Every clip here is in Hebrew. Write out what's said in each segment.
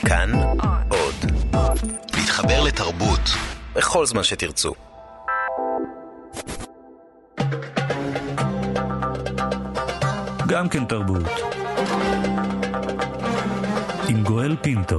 כאן עוד. להתחבר לתרבות בכל זמן שתרצו. גם כן תרבות. עם גואל פינטו.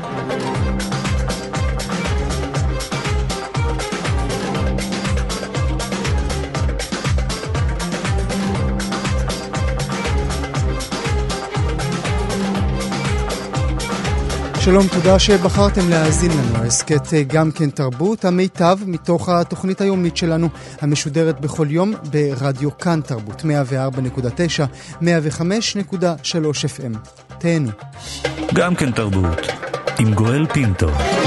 שלום, תודה שבחרתם להאזין לנו. הסקט גם כן תרבות, המיטב מתוך התוכנית היומית שלנו, המשודרת בכל יום ברדיו כאן תרבות, 104.9, 105.3 FM. תהנו. גם כן תרבות, עם גואל פינטו.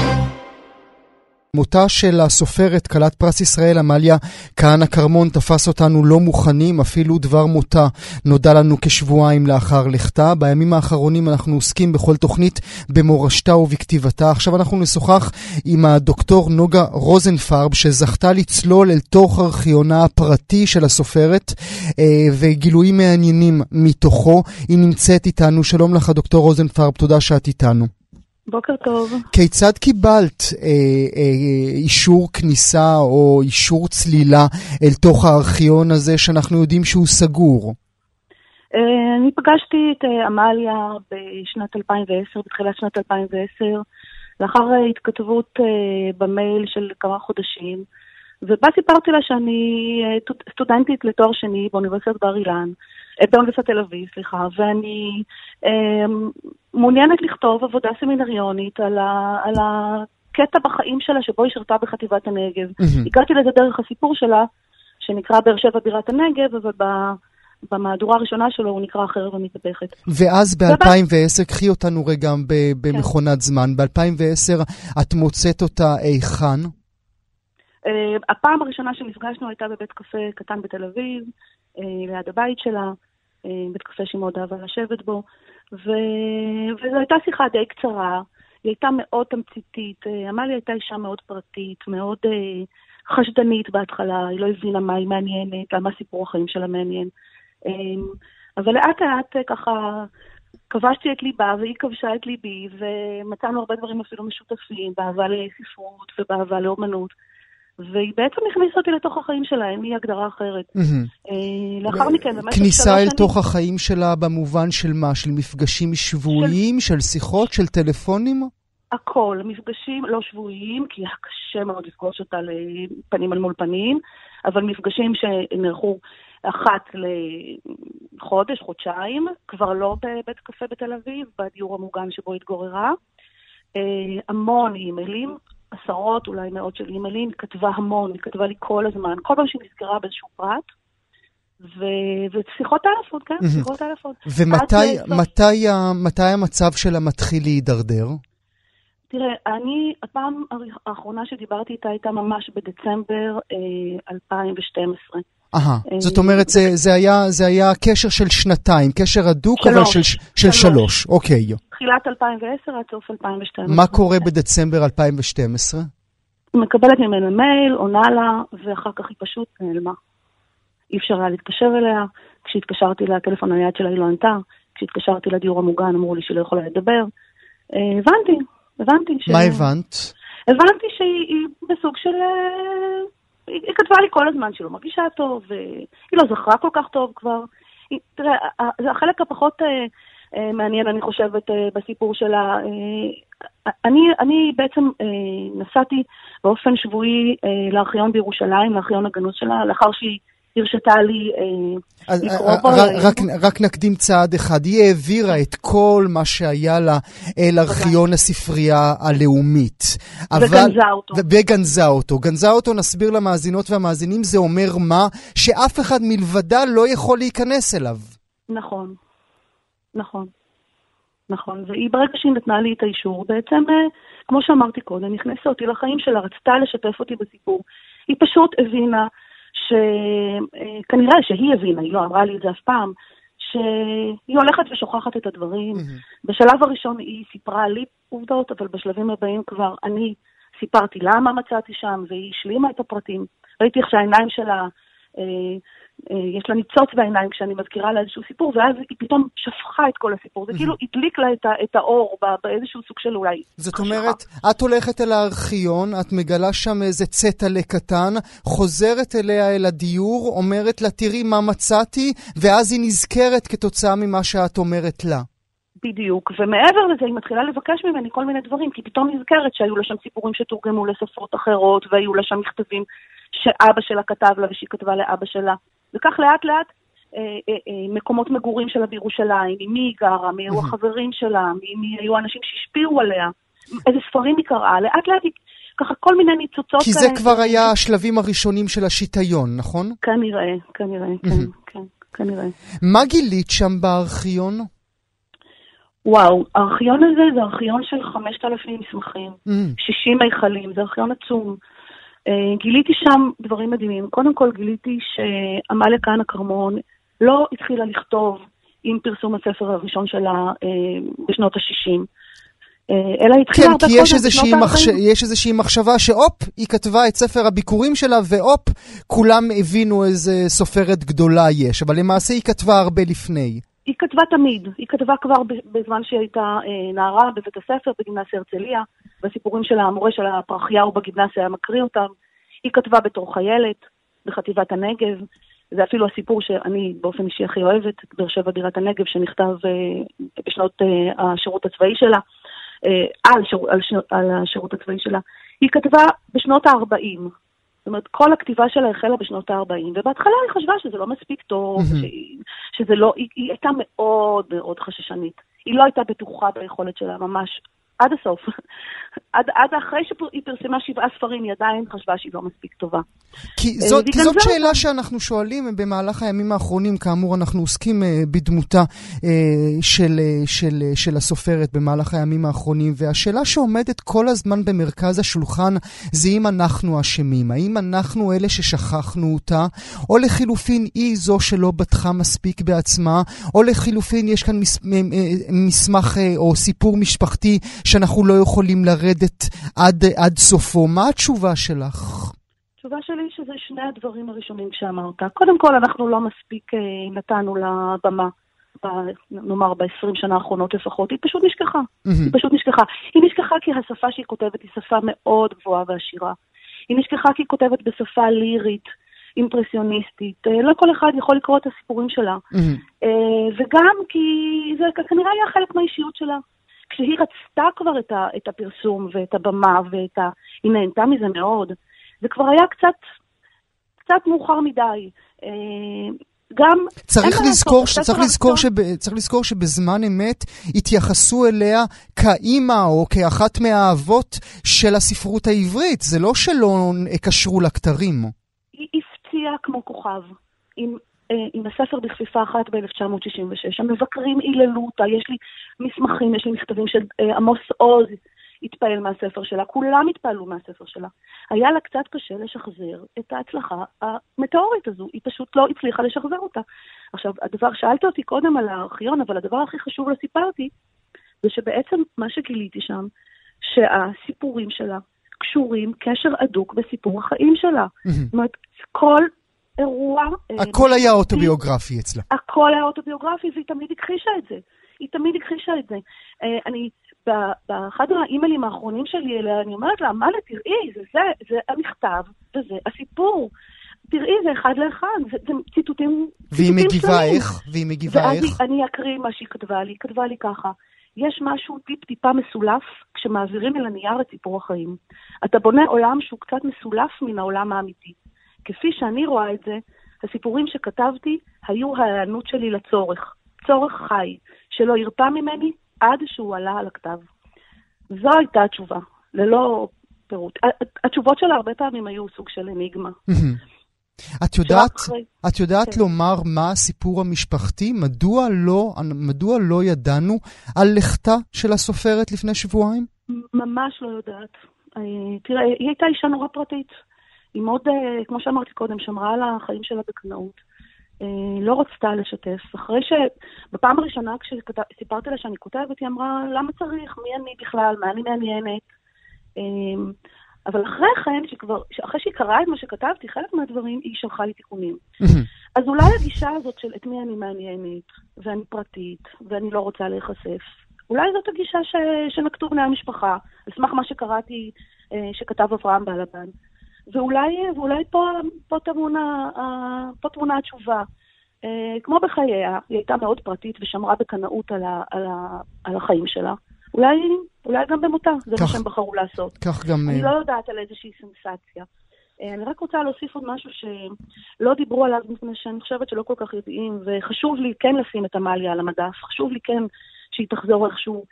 מותה של הסופרת כלת פרס ישראל עמליה כהנא כרמון תפס אותנו לא מוכנים. אפילו דבר מותה נודע לנו כשבועיים לאחר לכתה. בימים האחרונים אנחנו עוסקים בכל תוכנית במורשתה ובכתיבתה. עכשיו אנחנו נשוחח עם הדוקטור נוגה רוזנפרב, שזכתה לצלול אל תוך ארכיונה הפרטי של הסופרת וגילויים מעניינים מתוכו. היא נמצאת איתנו. שלום לך דוקטור רוזנפרב, תודה שאת איתנו. בוקר טוב. כיצד קיבלת אישור כניסה או אישור צלילה אל תוך הארכיון הזה שאנחנו יודעים שהוא סגור? אני פגשתי את עמליה בשנת 2010, בתחילת שנת 2010, לאחר התכתבות במייל של כמה חודשים, ובה סיפרתי לה שאני סטודנטית לתואר שני באוניברסיטת בר אילן, באוניברסיטת תל אביב, ואני מעוניינת לכתוב עבודה סמינריונית על הקטע בחיים שלה שבו היא שרתה בחטיבת הנגב. הגעתי לזה דרך הסיפור שלה, שנקרא באר שבע בירת הנגב, ובמהדורה הראשונה שלו הוא נקרא החרב המתהפכת. ואז ב-2010, קחי אותנו רגע במכונת זמן, ב-2010 את מוצאת אותה איכן? הפעם הראשונה שנפגשנו הייתה בבית קפה קטן בתל אביב, ליד הבית שלה, בית קפה שהיא מאוד אהבה לשבת בו, וזו הייתה שיחה די קצרה, היא הייתה מאוד תמציתית, עמליה הייתה אישה מאוד פרטית, מאוד חשדנית בהתחלה, היא לא הבינה מה היא מעניינת, למה סיפור החיים שלה מעניין, אבל לאט לאט ככה כבשתי את ליבה והיא כבשה את ליבי, ומצאנו הרבה דברים אפילו משותפים, באהבה לספרות ובאהבה לאומנות, והיא בעצם הכניסה אותי לתוך החיים שלה, אין לי הגדרה אחרת. לאחר מכן, כניסה אל תוך החיים שלה במובן של מה? של מפגשים שבועיים, של שיחות, של טלפונים? הכל, מפגשים לא שבועיים, כי היה קשה מאוד לפגוש אותה לפנים על מול פנים, אבל מפגשים שנערכו אחת לחודש, חודשיים, כבר לא בבית קפה בתל אביב, בדיור המוגן שבו התגוררה, המון אימיילים, עשרות, אולי מאות של אימיילים, היא כתבה המון, היא כתבה לי כל הזמן, כל פעם שהיא נזכרה באיזשהו פרט, ושיחות טלפון, כן, שיחות טלפון. ומתי המצב שלה מתחיל להידרדר? תראה, הפעם האחרונה שדיברתי איתה הייתה ממש בדצמבר 2012. זאת אומרת, זה היה קשר של שנתיים, קשר הדוק, אבל של 3, אוקיי. תחילת 2010 עד סוף 2012. מה קורה בדצמבר 2012? מקבלת ממנה מייל, עונה לה, ואחר כך היא פשוט נעלמה. אי אפשר היה להתקשר אליה, כשהתקשרתי לטלפון הנייד שלה היא לא ענתה, כשהתקשרתי לדיור המוגן אמרו לי שהיא לא יכולה לדבר. הבנתי. מה הבנת? הבנתי שהיא בסוג של... היא כתבה לי כל הזמן שהיא לא מרגישה טוב, והיא לא זכרה כל כך טוב כבר. תראה, זה החלק הפחות מעניין, אני חושבת, בסיפור שלה. אני בעצם נסעתי באופן שבועי לארכיון בירושלים, לארכיון הגנוז שלה, לאחר שהיא הרשתה לי לקרוא בו. רק נקדים צעד אחד, היא העבירה את כל מה שהיה לה אל ארכיון הספרייה הלאומית. וגנזה אותו. גנזה אותו, נסביר למאזינות והמאזינים, זה אומר מה? שאף אחד מלבדה לא יכול להיכנס אליו. נכון. והיא ברגע שהיא נתנה לי את האישור, בעצם, כמו שאמרתי קודם, נכנסה אותי לחיים שלה, רצתה לשתף אותי בסיפור. היא פשוט הבינה כנראה שהיא הבינה, היא לא אמרה לי את זה אף פעם, שהיא הולכת ושוכחת את הדברים. בשלב הראשון היא סיפרה לי עובדות, אבל בשלבים הבאים כבר אני סיפרתי למה מצאתי שם, והיא השלימה את הפרטים. ראיתי איך שהעיניים שלה יש לה ניצוץ בעיניים כשאני מזכירה לה איזשהו סיפור, ואז היא פתאום שפכה את כל הסיפור. זה כאילו הדליק לה את האור באיזשהו סוג של אולי. זאת אומרת, את הולכת אל הארכיון, את מגלה שם איזה צטלה קטן, חוזרת אליה אל הדיור, אומרת לה, תראי מה מצאתי, ואז היא נזכרת כתוצאה ממה שאת אומרת לה. בדיוק, ומעבר לזה היא מתחילה לבקש ממני כל מיני דברים, כי פתאום נזכרת שהיו לה שם סיפורים שתורגמו לשפות אחרות, והיו לה שם מכתבים שאבא שלה כתב לה ושהיא כתבה לאבא שלה. וכך לאט לאט מקומות מגורים שלה בירושלים, מי היא גרה, מי היו החברים שלה, מי היו האנשים שהשפיעו עליה, איזה ספרים היא קראה, לאט לאט ככה כל מיני ניצוצות. כי זה כבר היה השלבים הראשונים של השיטיון, נכון? כנראה, כן, כנראה. מה גילית שם בארכיון? וואו, הארכיון הזה זה ארכיון של 5,000 מסמכים, 60 מיכלים, זה ארכיון עצום. גיליתי שם דברים מדהימים. קודם כל גיליתי שעמליה כהנא כרמון לא התחילה לכתוב עם פרסום הספר הראשון שלה בשנות ה-60, אלא התחילה הרבה קודם בשנות ה-40. יש איזושהי מחשבה שאופ, היא כתבה את ספר הביקורים שלה, ואופ, כולם הבינו איזה סופרת גדולה יש, אבל למעשה היא כתבה הרבה לפני. היא כתבה תמיד, היא כתבה כבר בזמן שהיא הייתה נערה בבית הספר, בגימנסיה הרצליה, והסיפורים של המורה של הפרחיהו בגימנסיה היה מקריא אותם. היא כתבה בתור חיילת בחטיבת הנגב, זה אפילו הסיפור שאני באופן אישי הכי אוהבת, באר שבע בירת הנגב, שנכתב בשנות השירות הצבאי שלה, על השירות הצבאי שלה. היא כתבה בשנות ה-40, זאת אומרת, כל הכתיבה שלה החלה בשנות ה-40, ובהתחלה היא חשבה שזה לא מספיק טוב, שזה לא, היא הייתה מאוד מאוד חששנית. היא לא הייתה בטוחה ביכולת שלה ממש עד הסוף. עד אחרי שהיא פרסמה 7 ספרים, היא עדיין חשבה שהיא לא מספיק טובה. כי זאת שאלה שאנחנו שואלים במהלך הימים האחרונים, כאמור אנחנו עוסקים בדמותה של הסופרת במהלך הימים האחרונים, והשאלה שעומדת כל הזמן במרכז השולחן זה אם אנחנו אשמים, האם אנחנו אלה ששכחנו אותה, או לחילופין היא זו שלא בטחה מספיק בעצמה, או לחילופין יש כאן מסמך או סיפור משפחתי שאנחנו לא יכולים לרדת עד סופו. מה התשובה שלך? התשובה שלי שזה שני הדברים הראשונים שאמרת. קודם כל, אנחנו לא מספיק נתנו לבמה, נאמר ב-20 שנה האחרונות לפחות. היא פשוט נשכחה. היא נשכחה כי השפה שהיא כותבת היא שפה מאוד גבוהה ועשירה. היא נשכחה כי היא כותבת בשפה לירית, אימפרסיוניסטית. לא כל אחד יכול לקרוא את הסיפורים שלה. וגם כי זה כנראה היה חלק מהאישיות שלה. כשהיא רצתה כבר את הפרסום ואת הבמה היא נהנתה מזה מאוד. זה כבר היה קצת מאוחר מדי. גם צריך לזכור שבזמן אמת התייחסו אליה כאימא או כאחת מהאבות של הספרות העברית. זה לא שלא קשרו לכתרים. היא הפציעה כמו כוכב. עם הספר בכפיפה אחת ב-1966. המבקרים היללו אותה, יש לי מסמכים, יש לי מכתבים של עמוס עוז, התפעל מהספר שלה, כולם התפעלו מהספר שלה. היה לה קצת קשה לשחזר את ההצלחה המטאורית הזו, היא פשוט לא הצליחה לשחזר אותה. עכשיו, שאלת אותי קודם על הארכיון, אבל הדבר הכי חשוב לא סיפרתי, זה שבעצם מה שגיליתי שם, שהסיפורים שלה קשורים קשר אדוק בסיפור החיים שלה. זאת אומרת, כל אירוע... הכל היה אוטוביוגרפי אצלה. הכל היה אוטוביוגרפי, והיא תמיד הכחישה את זה. אני, באחד האימיילים האחרונים שלי אליה, אני אומרת לה, מה תראי, זה המכתב, וזה הסיפור. תראי, זה אחד לאחד, זה ציטוטים... והיא מגיבה איך? ואז אני אקריא מה שהיא כתבה לי, היא כתבה לי ככה, יש משהו טיפה מסולף כשמעבירים אל הנייר את סיפור החיים. אתה בונה עולם שהוא קצת מסולף מן העולם האמיתי. כפי שאני רואה את זה, הסיפורים שכתבתי היו ההיענות שלי לצורך, צורך חי, שלא ירפא ממני עד שהוא עלה על הכתב. זו הייתה התשובה, ללא פירוט. התשובות שלה הרבה פעמים היו סוג של אניגמה. את יודעת לומר מה הסיפור המשפחתי? מדוע לא ידענו על לכתה של הסופרת לפני שבועיים? ממש לא יודעת. תראה, היא הייתה אישה נורא פרטית. היא מאוד, כמו שאמרתי קודם, שמרה על החיים שלה בקנאות. לא רצתה לשתף. אחרי שבפעם הראשונה כשסיפרתי לה שאני כותבת, היא אמרה, למה צריך? מי אני בכלל? מה אני מעניינת? אבל אחרי כן, אחרי שהיא קראה את מה שכתבתי, חלק מהדברים היא שלחה לי תיקונים. אז אולי הגישה הזאת של את מי אני מעניינת, ואני פרטית, ואני לא רוצה להיחשף, אולי זאת הגישה שנקטו בני המשפחה, על סמך מה שקראתי שכתב אברהם בעלבן. ואולי פה תמונה התשובה. כמו בחייה, היא הייתה מאוד פרטית ושמרה בקנאות על החיים שלה. אולי גם במותה, זה מה שהם בחרו לעשות. כך גם... אני לא יודעת על איזושהי סנסציה. אני רק רוצה להוסיף עוד משהו שלא דיברו עליו, מפני שאני חושבת שלא כל כך יודעים, וחשוב לי כן לשים את עמליה על המדף, חשוב לי כן שהיא תחזור איכשהו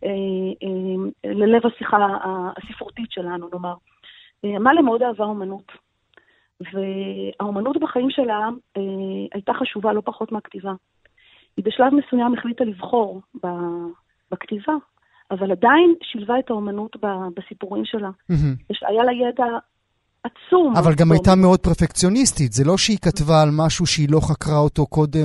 ללב השיחה הספרותית שלנו, נאמר. עמליה מאוד אהבה אומנות, והאומנות בחיים שלה הייתה חשובה לא פחות מהכתיבה. היא בשלב מסוים החליטה לבחור בכתיבה, אבל עדיין שילבה את האומנות בסיפורים שלה. היה לה ידע עצום. אבל גם הייתה מאוד פרפקציוניסטית, זה לא שהיא כתבה על משהו שהיא לא חקרה אותו קודם.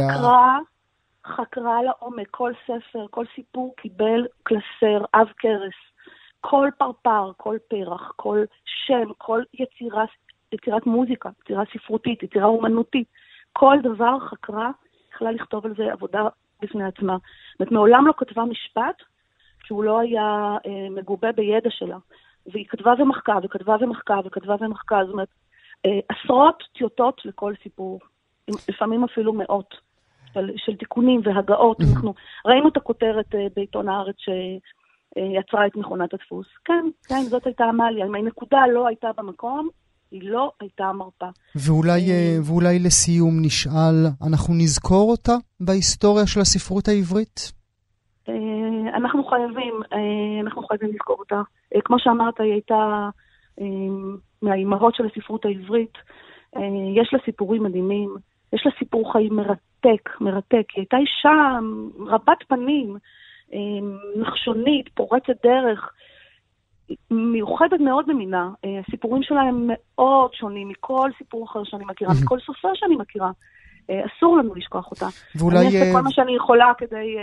חקרה לעומק, כל ספר, כל סיפור קיבל קלסר, אב קרס. כל פרפר, כל פרח, כל שם, כל יצירת מוזיקה, יצירה ספרותית, יצירה אומנותית, כל דבר חקרה, יכלה לכתוב על זה עבודה בפני עצמה. זאת אומרת, מעולם לא כתבה משפט שהוא לא היה מגובה בידע שלה. והיא כתבה ומחקה, וכתבה ומחקה, וכתבה ומחקה. זאת אומרת, עשרות טיוטות לכל סיפור, לפעמים אפילו מאות של תיקונים והגאות. אנחנו ראינו את הכותרת בעיתון הארץ שיצרה את מכונת הדפוס. כן, זאת הייתה עמליה. אם הנקודה לא הייתה במקום, היא לא הייתה מרפה. ואולי לסיום נשאל, אנחנו נזכור אותה בהיסטוריה של הספרות העברית? אנחנו חייבים לזכור אותה. כמו שאמרת, היא הייתה מהאימהות של הספרות העברית. יש לה סיפורים מדהימים, יש לה סיפור חיים מרתק. היא הייתה אישה רבת פנים, נחשונית, פורצת דרך, מיוחדת מאוד במינה. הסיפורים שלה הם מאוד שונים מכל סיפור אחר שאני מכירה, מכל סופר שאני מכירה. אסור לנו לשכוח אותה. אני אעשה כל מה שאני יכולה כדי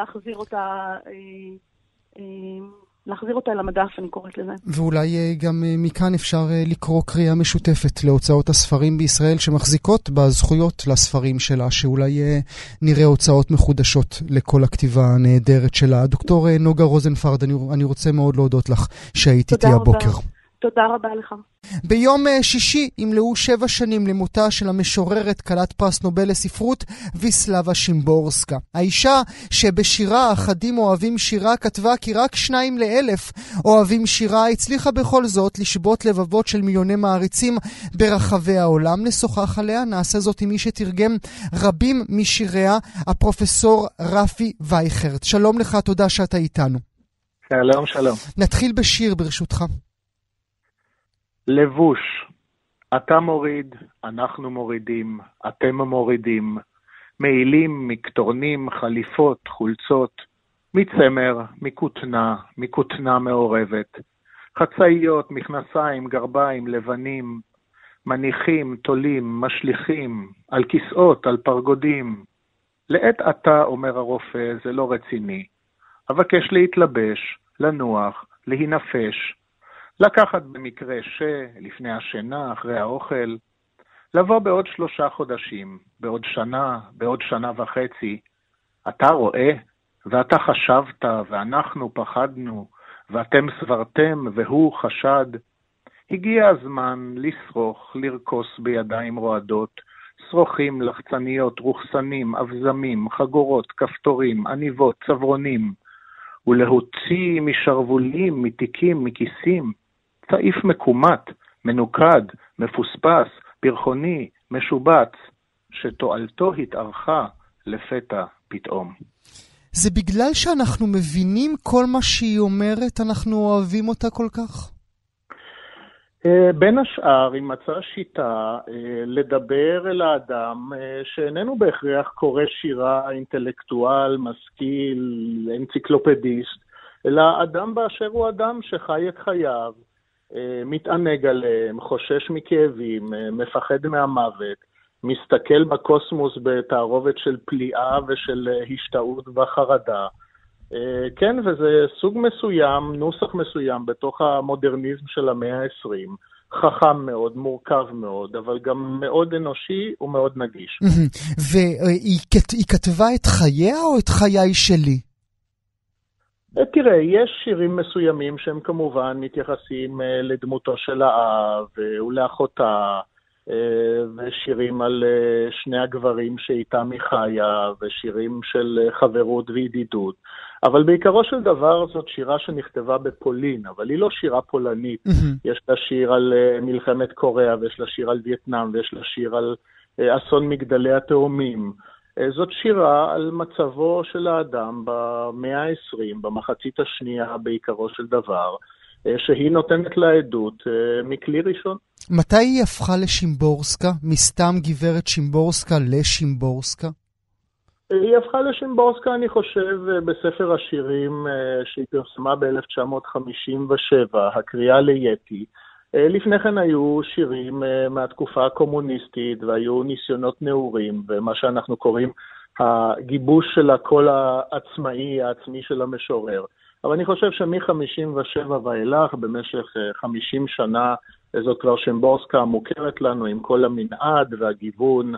להחזיר אותה אל המדף, אני קוראת לזה. ואולי גם מכאן אפשר לקרוא קריאה משותפת להוצאות הספרים בישראל שמחזיקות בזכויות לספרים שלה, שאולי נראה הוצאות מחודשות לכל הכתיבה הנהדרת שלה. דוקטור נוגה רוזנפרד, אני רוצה מאוד להודות לך שהיית איתי הבוקר. תודה רבה לך. ביום שישי ימלאו 7 שנים למותה של המשוררת כלת פרס נובל לספרות ויסלבה שימבורסקה. האישה שבשירה אחדים אוהבים שירה כתבה כי רק 2 ל-1000 אוהבים שירה, הצליחה בכל זאת לשבות לבבות של מיליוני מעריצים ברחבי העולם. נשוחח עליה, נעשה זאת עם מי שתרגם רבים משיריה, הפרופסור רפי וייכרט. שלום לך, תודה שאתה איתנו. שלום. נתחיל בשיר ברשותך. לבוש, אתה מוריד, אנחנו מורידים, אתם מורידים, מעילים, מקטורנים, חליפות, חולצות, מצמר, מכותנה מעורבת, חצאיות, מכנסיים, גרביים, לבנים, מניחים, תולים, משליחים, על כיסאות, על פרגודים. לעת עתה, אומר הרופא, זה לא רציני. אבקש להתלבש, לנוח, להינפש, לקחת במקרה שלפני השינה, אחרי האוכל, לבוא בעוד 3 חודשים, בעוד שנה, בעוד 1.5 שנה. אתה רואה, ואתה חשבת, ואנחנו פחדנו, ואתם סברתם, והוא חשד. הגיע הזמן לשרוך, לרקוס בידיים רועדות, שרוכים, לחצניות, רוחסנים, אבזמים, חגורות, כפתורים, עניבות, צוורונים, ולהוציא משרבולים, מתיקים, מכיסים, צעיף מקומט, מנוקד, מפוספס, פרחוני, משובץ, שתועלתו התארכה לפתע פתאום. זה בגלל שאנחנו מבינים כל מה שהיא אומרת, אנחנו אוהבים אותה כל כך? בין השאר, היא מצאה שיטה לדבר אל האדם שאיננו בהכרח קורא שירה, אינטלקטואל, משכיל, אנציקלופדיסט, אלא אדם באשר הוא אדם שחי את חייו, מתענג עליהם, חושש מכאבים, מפחד מהמוות, מסתכל בקוסמוס בתערובת של פליאה ושל השתאות וחרדה, כן, וזה סוג מסוים, נוסח מסוים בתוך המודרניזם של המאה ה-20, חכם מאוד, מורכב מאוד, אבל גם מאוד אנושי ומאוד נגיש. והיא כתבה את חייה או את חיי שלי? תראה, יש שירים מסוימים שהם כמובן מתייחסים לדמותו של האב ולאחותה, ושירים על שני הגברים שאיתם היא חיה, ושירים של חברות וידידות. אבל בעיקרו של דבר זאת שירה שנכתבה בפולין, אבל היא לא שירה פולנית. יש לה שיר על מלחמת קוריאה, ויש לה שיר על וייטנאם, ויש לה שיר על אסון מגדלי התאומים. זאת שירה על מצבו של האדם במאה ה-20, במחצית השנייה בעיקרו של דבר, שהיא נותנת לה עדות מכלי ראשון. מתי היא הפכה לשימבורסקה? מסתם גברת שימבורסקה לשימבורסקה? היא הפכה לשימבורסקה, אני חושב, בספר השירים שהיא פרסמה ב-1957, הקריאה ליתי. לפני כן היו שירים מהתקופה הקומוניסטית, והיו ניסיונות נעורים, ומה שאנחנו קוראים הגיבוש של הקול העצמי של המשורר. אבל אני חושב שמ-57 ואילך, במשך 50 שנה, זאת כבר שימבורסקה מוכרת לנו עם כל המנעד והגיוון,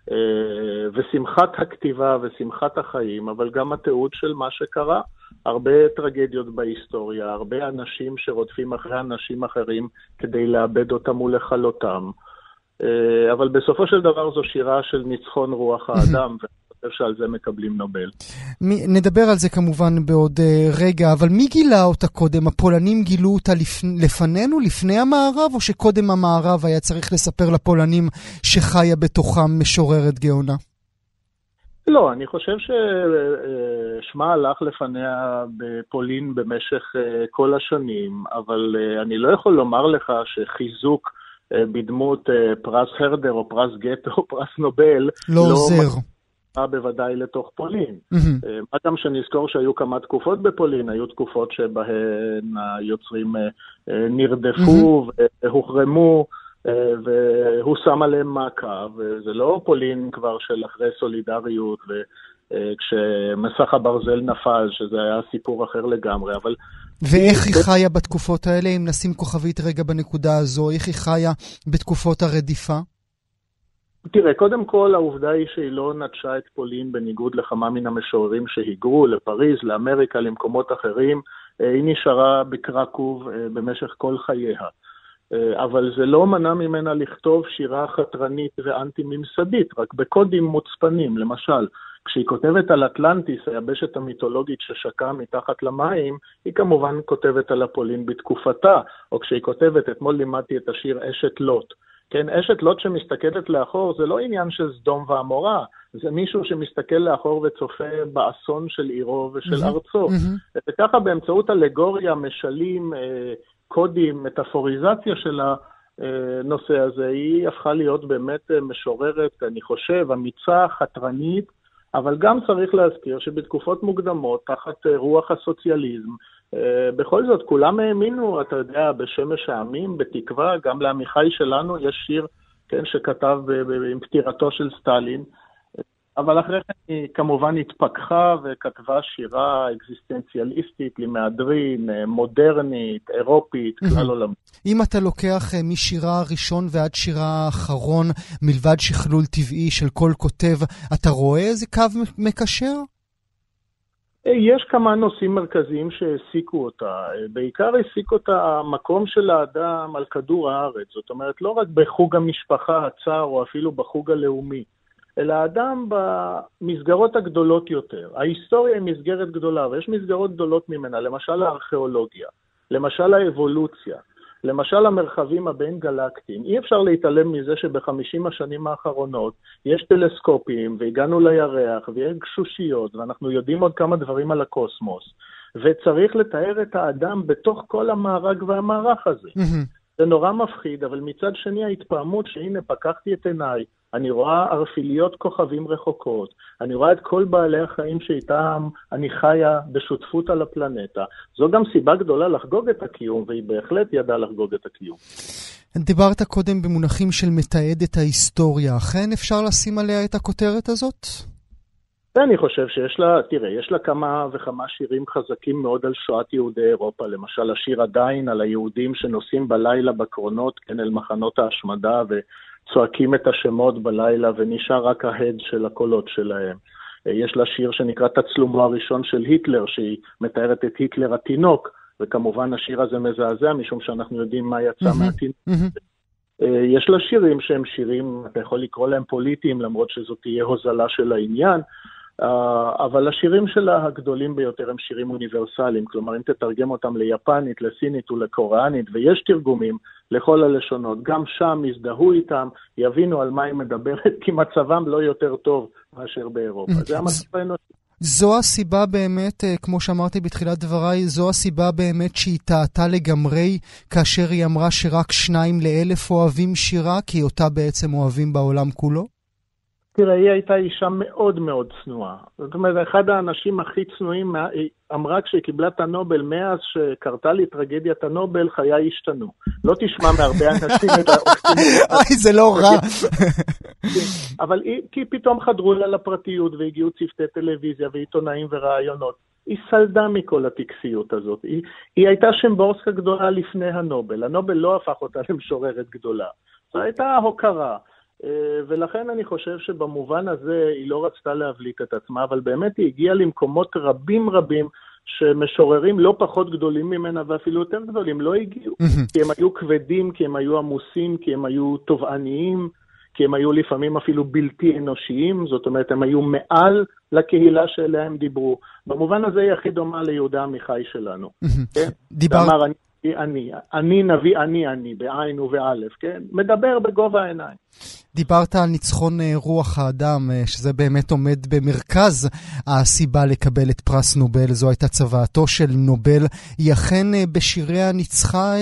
ושמחת הכתיבה ושמחת החיים, אבל גם התיעוד של מה שקרה. הרבה טרגדיות בהיסטוריה, הרבה אנשים שרודפים אחרי אנשים אחרים כדי לאבד אותם ולחלותם. אבל בסופו של דבר זו שירה של ניצחון רוח האדם, ואני חושב שעל זה מקבלים נובל. נדבר על זה כמובן בעוד רגע, אבל מי גילה אותה קודם? הפולנים גילו אותה לפנינו, לפני המערב, או שקודם המערב היה צריך לספר לפולנים שחיה בתוכם משוררת גאונה? לא, אני חושב ששמה הלך לפניה בפולין במשך כל השנים, אבל אני לא יכול לומר לך שחיזוק בדמות פרס הרדר או פרס גטו או פרס נובל לא עוזר. בוודאי לתוך פולין. מה גם שנזכור שהיו כמה תקופות בפולין, היו תקופות שבהן היוצרים נרדפו והוחרמו, והוא שם עליהם מעקב, וזה לא פולין כבר של אחרי סולידריות, וכשמסך הברזל נפל, שזה היה סיפור אחר לגמרי, אבל... ואיך היא חיה בתקופות האלה, אם נשים כוכבית רגע בנקודה הזו, איך היא חיה בתקופות הרדיפה? תראה, קודם כל העובדה היא שהיא לא נטשה את פולין בניגוד לכמה מן המשוררים שהיגרו לפריז, לאמריקה, למקומות אחרים, היא נשארה בקרקוב במשך כל חייה. אבל זה לא מנע ממנה לכתוב שירה חתרנית ואנטי-ממסדית, רק בקודים מוצפנים. למשל, כשהיא כותבת על אטלנטיס, היבשת המיתולוגית ששקעה מתחת למים, היא כמובן כותבת על הפולין בתקופתה, או כשהיא כותבת, אתמול לימדתי את השיר אשת לוט. כן, אשת לוט שמסתכלת לאחור, זה לא עניין של סדום ועמורה, זה מישהו שמסתכל לאחור וצופה באסון של עירו ושל ארצו. וככה באמצעות אלגוריה, משלים, קודים, מטאפוריזציה של הנושא הזה, היא הפכה להיות באמת משוררת, אני חושב, אמיצה, חתרנית, אבל גם צריך להזכיר שבתקופות מוקדמות, תחת רוח הסוציאליזם, בכל זאת, כולם האמינו, אתה יודע, בשמש העמים, בתקווה, גם לעמיחי שלנו יש שיר, כן, שכתב עם פטירתו של סטלין, אבל אחרי כן היא כמובן התפכחה וכתבה שירה אקזיסטנציאליסטית, למהדרין, מודרנית, אירופית, כלל עולמית. אם אתה לוקח משירה הראשון ועד שירה האחרון, מלבד שכלול טבעי של כל כותב, אתה רואה איזה קו מקשר? יש כמה נושאים מרכזיים שהעסיקו אותה. בעיקר העסיק אותה המקום של האדם על כדור הארץ. זאת אומרת, לא רק בחוג המשפחה הצער או אפילו בחוג הלאומי, אלא האדם במסגרות הגדולות יותר. ההיסטוריה היא מסגרת גדולה, ויש מסגרות גדולות ממנה, למשל הארכיאולוגיה, למשל האבולוציה, למשל המרחבים הבין גלקטיים. אי אפשר להתעלם מזה שב-50 השנים האחרונות יש טלסקופים, והגענו לירח, ויש גשושיות, ואנחנו יודעים עוד כמה דברים על הקוסמוס, וצריך לתאר את האדם בתוך כל המארג והמערך הזה. זה נורא מפחיד, אבל מצד שני ההתפעמות שהנה פקחתי את עיניי, אני רואה ערפיליות כוכבים רחוקות, אני רואה את כל בעלי החיים שאיתם אני חיה בשותפות על הפלנטה. זו גם סיבה גדולה לחגוג את הקיום, והיא בהחלט ידעה לחגוג את הקיום. דיברת קודם במונחים של מתעד את ההיסטוריה, אכן אפשר לשים עליה את הכותרת הזאת? ואני חושב שיש לה, תראה, יש לה כמה וכמה שירים חזקים מאוד על שואת יהודי אירופה, למשל השיר עדיין על היהודים שנוסעים בלילה בקרונות, כן, אל מחנות ההשמדה וצועקים את השמות בלילה ונשאר רק ההד של הקולות שלהם. יש לה שיר שנקרא תצלומו הראשון של היטלר, שהיא מתארת את היטלר התינוק, וכמובן השיר הזה מזעזע משום שאנחנו יודעים מה יצא מהתינוק. יש לה שירים שהם שירים, אתה יכול לקרוא להם פוליטיים, למרות שזאת תהיה הוזלה של העניין, אבל השירים שלה הגדולים ביותר הם שירים אוניברסליים, כלומר אם תתרגם אותם ליפנית, לסינית ולקוריאנית, ויש תרגומים לכל הלשונות, גם שם יזדהו איתם, יבינו על מה היא מדברת, כי מצבם לא יותר טוב מאשר באירופה. זה המצב האנושי. זו הסיבה באמת, כמו שאמרתי בתחילת דבריי, זו הסיבה באמת שהיא טעתה לגמרי, כאשר היא אמרה שרק 2 ל-1,000 אוהבים שירה, כי אותה בעצם אוהבים בעולם כולו? תראה, היא הייתה אישה מאוד מאוד צנועה. זאת אומרת, אחד האנשים הכי צנועים אמרה כשהיא קיבלה את הנובל, מאז שקרתה לי טרגדיית הנובל, חיי השתנו. לא תשמע מהרבה אנשים את אוי, זה לא רע. אבל כי פתאום חדרו לה לפרטיות, והגיעו צוותי טלוויזיה ועיתונאים ורעיונות. היא סלדה מכל הטקסיות הזאת. היא הייתה שמבורסקה גדולה לפני הנובל. הנובל לא הפך אותה למשוררת גדולה. זו הייתה הוקרה. ולכן אני חושב שבמובן הזה היא לא רצתה להבליט את עצמה, אבל באמת היא הגיעה למקומות רבים שמשוררים לא פחות גדולים ממנה ואפילו יותר גדולים לא הגיעו. כי הם היו כבדים, כי הם היו עמוסים, כי הם היו תובעניים, כי הם היו לפעמים אפילו בלתי אנושיים, זאת אומרת הם היו מעל לקהילה שאליה הם דיברו. במובן הזה היא הכי דומה ליהודה עמיחי שלנו. אמר אני נביא, אני, בעין ובאלף, כן? מדבר בגובה העיניים. דיברת על ניצחון רוח האדם, שזה באמת עומד במרכז הסיבה לקבל את פרס נובל, זו הייתה צוואתו של נובל. היא אכן בשיריה ניצחה,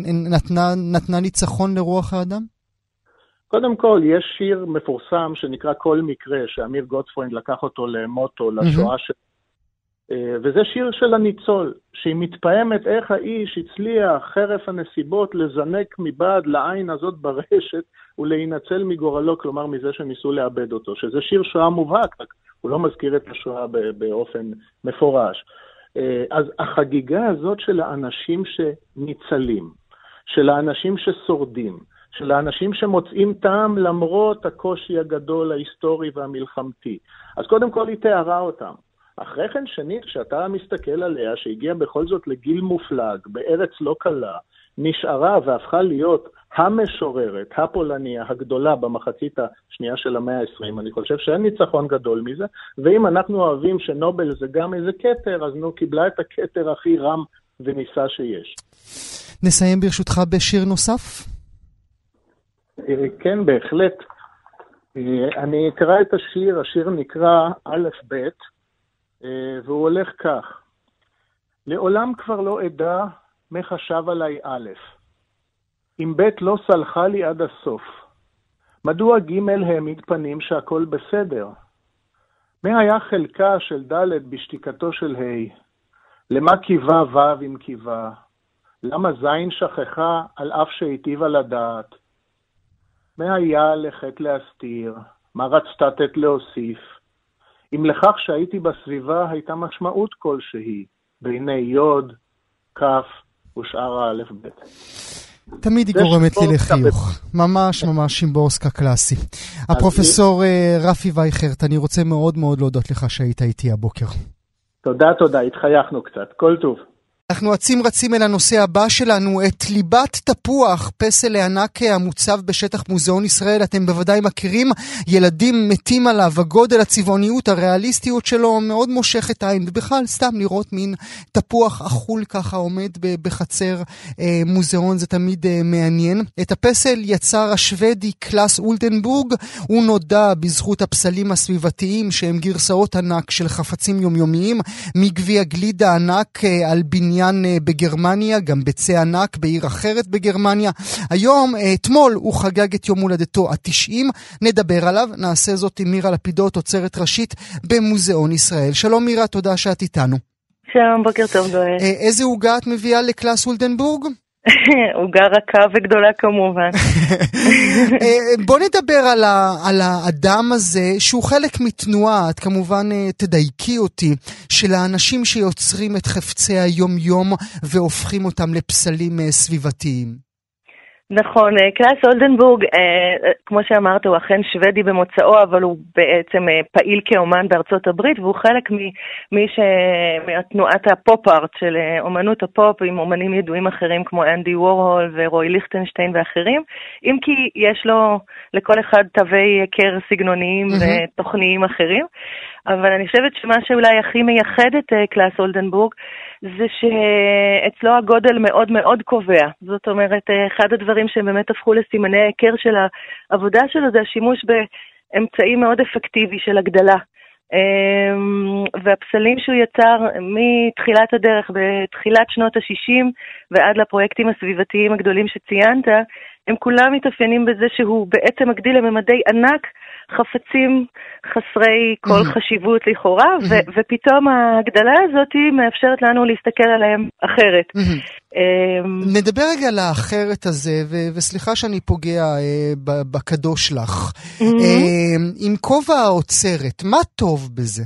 נתנה ניצחון לרוח האדם? קודם כל, יש שיר מפורסם שנקרא כל מקרה, שאמיר גוטפריינד לקח אותו למוטו, לשואה של... וזה שיר של הניצול, שהיא מתפעמת איך האיש הצליח חרף הנסיבות לזנק מבעד לעין הזאת ברשת ולהינצל מגורלו, כלומר מזה שניסו לאבד אותו, שזה שיר שואה מובהק, הוא לא מזכיר את השואה באופן מפורש. אז החגיגה הזאת של האנשים שניצלים, של האנשים ששורדים, של האנשים שמוצאים טעם למרות הקושי הגדול ההיסטורי והמלחמתי, אז קודם כל היא תיארה אותם. אחרי כן שנית, כשאתה מסתכל עליה, שהגיעה בכל זאת לגיל מופלג, בארץ לא קלה, נשארה והפכה להיות המשוררת, הפולניה הגדולה במחצית השנייה של המאה ה-20, אני חושב שאין ניצחון גדול מזה, ואם אנחנו אוהבים שנובל זה גם איזה כתר, אז קיבלה את הכתר הכי רם וניסה שיש. נסיים ברשותך בשיר נוסף? כן, בהחלט. אני אקרא את השיר, השיר נקרא א' ב', והוא הולך כך: לעולם כבר לא אדע מה חשב עליי א', אם ב' לא סלחה לי עד הסוף, מדוע ג' העמיד פנים שהכל בסדר, מה היה חלקה של ד' בשתיקתו של ה', למה קיווה ו' אם קיווה, למה ז' שכחה על אף שהיטיבה לדעת, מה היה לחת להסתיר, מה רצתה תת להוסיף, אם לכך שהייתי בסביבה הייתה משמעות כלשהי, בעיני יוד, כף ושאר האלף ב'. תמיד היא גורמת לי לחיוך. ממש ממש שימבורסקה קלאסי. הפרופסור רפי וייכרט, אני רוצה מאוד מאוד להודות לך שהיית איתי הבוקר. תודה, התחייכנו קצת. כל טוב. אנחנו רצים אל הנושא הבא שלנו, את ליבת תפוח, פסל לענק המוצב בשטח מוזיאון ישראל. אתם בוודאי מכירים, ילדים מתים עליו, הגודל, הצבעוניות, הריאליסטיות שלו מאוד מושכת עין, ובכלל סתם לראות מין תפוח אכול ככה עומד בחצר מוזיאון, זה תמיד מעניין. את הפסל יצר השוודי קלאס אולדנבורג, הוא נודע בזכות הפסלים הסביבתיים שהם גרסאות ענק של חפצים יומיומיים, מגביע גלידה ענק על בניין בגרמניה, גם בצע ענק בעיר אחרת בגרמניה. היום, אתמול, הוא חגג את יום הולדתו ה-90. נדבר עליו, נעשה זאת עם מירה לפידות, אוצרת ראשית במוזיאון ישראל. שלום מירה, תודה שאת איתנו. שלום, בוקר טוב דואל. איזה עוגה את מביאה לקלאס אולדנבורג? עוגה רכה וגדולה כמובן. בוא נדבר על האדם הזה, שהוא חלק מתנועה, את כמובן תדייקי אותי, של האנשים שיוצרים את חפצי היום-יום והופכים אותם לפסלים סביבתיים. נכון, קלאס אולדנבורג, כמו שאמרת, הוא אכן שוודי במוצאו, אבל הוא בעצם פעיל כאומן בארצות הברית, והוא חלק מתנועת הפופ-ארט של אומנות הפופ, עם אומנים ידועים אחרים כמו אנדי וורהול ורוי ליכטנשטיין ואחרים, אם כי יש לו לכל אחד תווי קר סגנוניים ותוכניים אחרים, אבל אני חושבת שמה שאולי הכי מייחד את קלאס אולדנבורג, זה שאצלו הגודל מאוד מאוד קובע. זאת אומרת, אחד הדברים שהם באמת הפכו לסימני ההיכר של העבודה שלו, זה השימוש באמצעי מאוד אפקטיבי של הגדלה. והפסלים שהוא יצר מתחילת הדרך, בתחילת שנות ה-60 ועד לפרויקטים הסביבתיים הגדולים שציינת, הם כולם מתאפיינים בזה שהוא בעצם מגדיל לממדי ענק חפצים חסרי כל חשיבות לכאורה, ופתאום ההגדלה הזאת מאפשרת לנו להסתכל עליהם אחרת. נדבר רגע על האחרת הזה, וסליחה שאני פוגע בקדוש לך. עם כובע האוצרת, מה טוב בזה?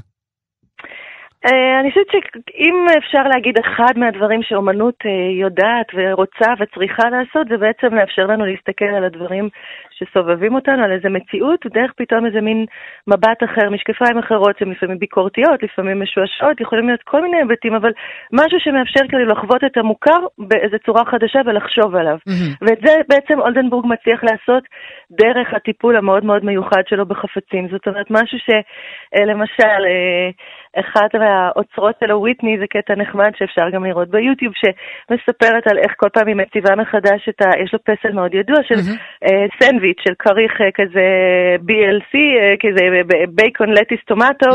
אני חושבת שאם אפשר להגיד אחד מהדברים שאומנות יודעת ורוצה וצריכה לעשות, זה בעצם לאפשר לנו להסתכל על הדברים שסובבים אותנו, על איזה מציאות, ודרך פתאום איזה מין מבט אחר, משקפיים אחרות, שהן לפעמים ביקורתיות, לפעמים משועשעות, יכולים להיות כל מיני היבטים, אבל משהו שמאפשר כאילו לחוות את המוכר באיזו צורה חדשה ולחשוב עליו. ואת זה בעצם אולדנבורג מצליח לעשות דרך הטיפול המאוד מאוד מיוחד שלו בחפצים. זאת אומרת, משהו שלמשל, אחד מהאוצרות שלו, וויטני, זה קטע נחמד שאפשר גם לראות ביוטיוב, שמספרת על איך כל פעם היא מציבה מחדש, יש לו פסל מאוד ידוע של סנדוויץ' של קריך כזה BLC, כזה בייקון לטיס טומטו,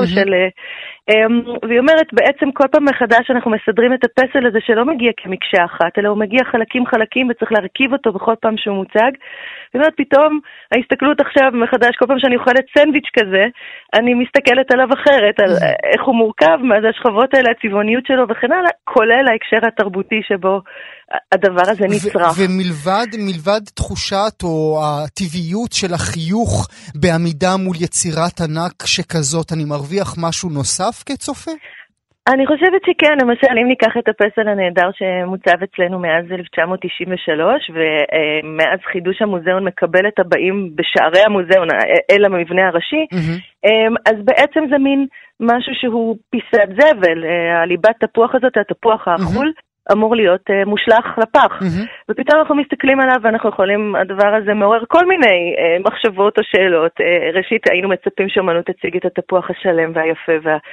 והיא אומרת, בעצם כל פעם מחדש אנחנו מסדרים את הפסל הזה שלא מגיע כמקשה אחת, אלא הוא מגיע חלקים וצריך להרכיב אותו בכל פעם שהוא מוצג. והיא אומרת, פתאום ההסתכלות עכשיו מחדש, כל פעם שאני אוכלת סנדוויץ' כזה, אני מסתכלת עליו אחרת, על איך הוא מורכב, מה זה השכבות האלה, הצבעוניות שלו וכן הלאה, כולל ההקשר התרבותי שבו הדבר הזה נצרח. ומלבד תחושת או הטבעיות של החיוך בעמידה מול יצירת ענק שכזאת, אני מרוויח משהו נוסף כצופה? אני חושבת שכן, למשל אם ניקח את הפסל הנהדר שמוצב אצלנו מאז 1993, ומאז חידוש המוזיאון מקבל את הבאים בשערי המוזיאון אל המבנה הראשי, אז בעצם זה מין משהו שהוא פיסת זבל, הליבת תפוח הזאת, התפוח האכול, אמור להיות מושלח לפח. ופתאום אנחנו מסתכלים עליו ואנחנו יכולים, הדבר הזה מעורר כל מיני מחשבות או שאלות. ראשית, היינו מצפים שאומנות תציג את התפוח השלם והיפה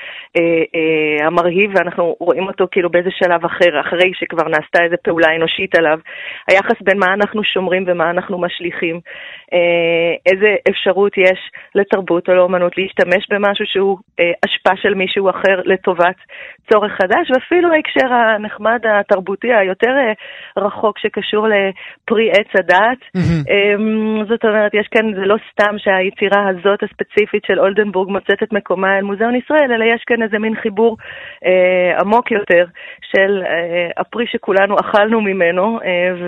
והמרהיב, ואנחנו רואים אותו כאילו באיזה שלב אחר, אחרי שכבר נעשתה איזו פעולה אנושית עליו. היחס בין מה אנחנו שומרים ומה אנחנו משליכים. איזה אפשרות יש לתרבות או לאומנות להשתמש במשהו שהוא השפעה של מישהו אחר לטובת צורך חדש, ואפילו ההקשר הנחמד התרבותי היותר רחוק שקשור לפרי עץ הדעת. זאת אומרת, יש כאן, זה לא סתם שהיצירה הזאת הספציפית של אולדנבורג מוצאת את מקומה אל מוזיאון ישראל, אלא יש כאן איזה מין חיבור עמוק יותר של הפרי שכולנו אכלנו ממנו,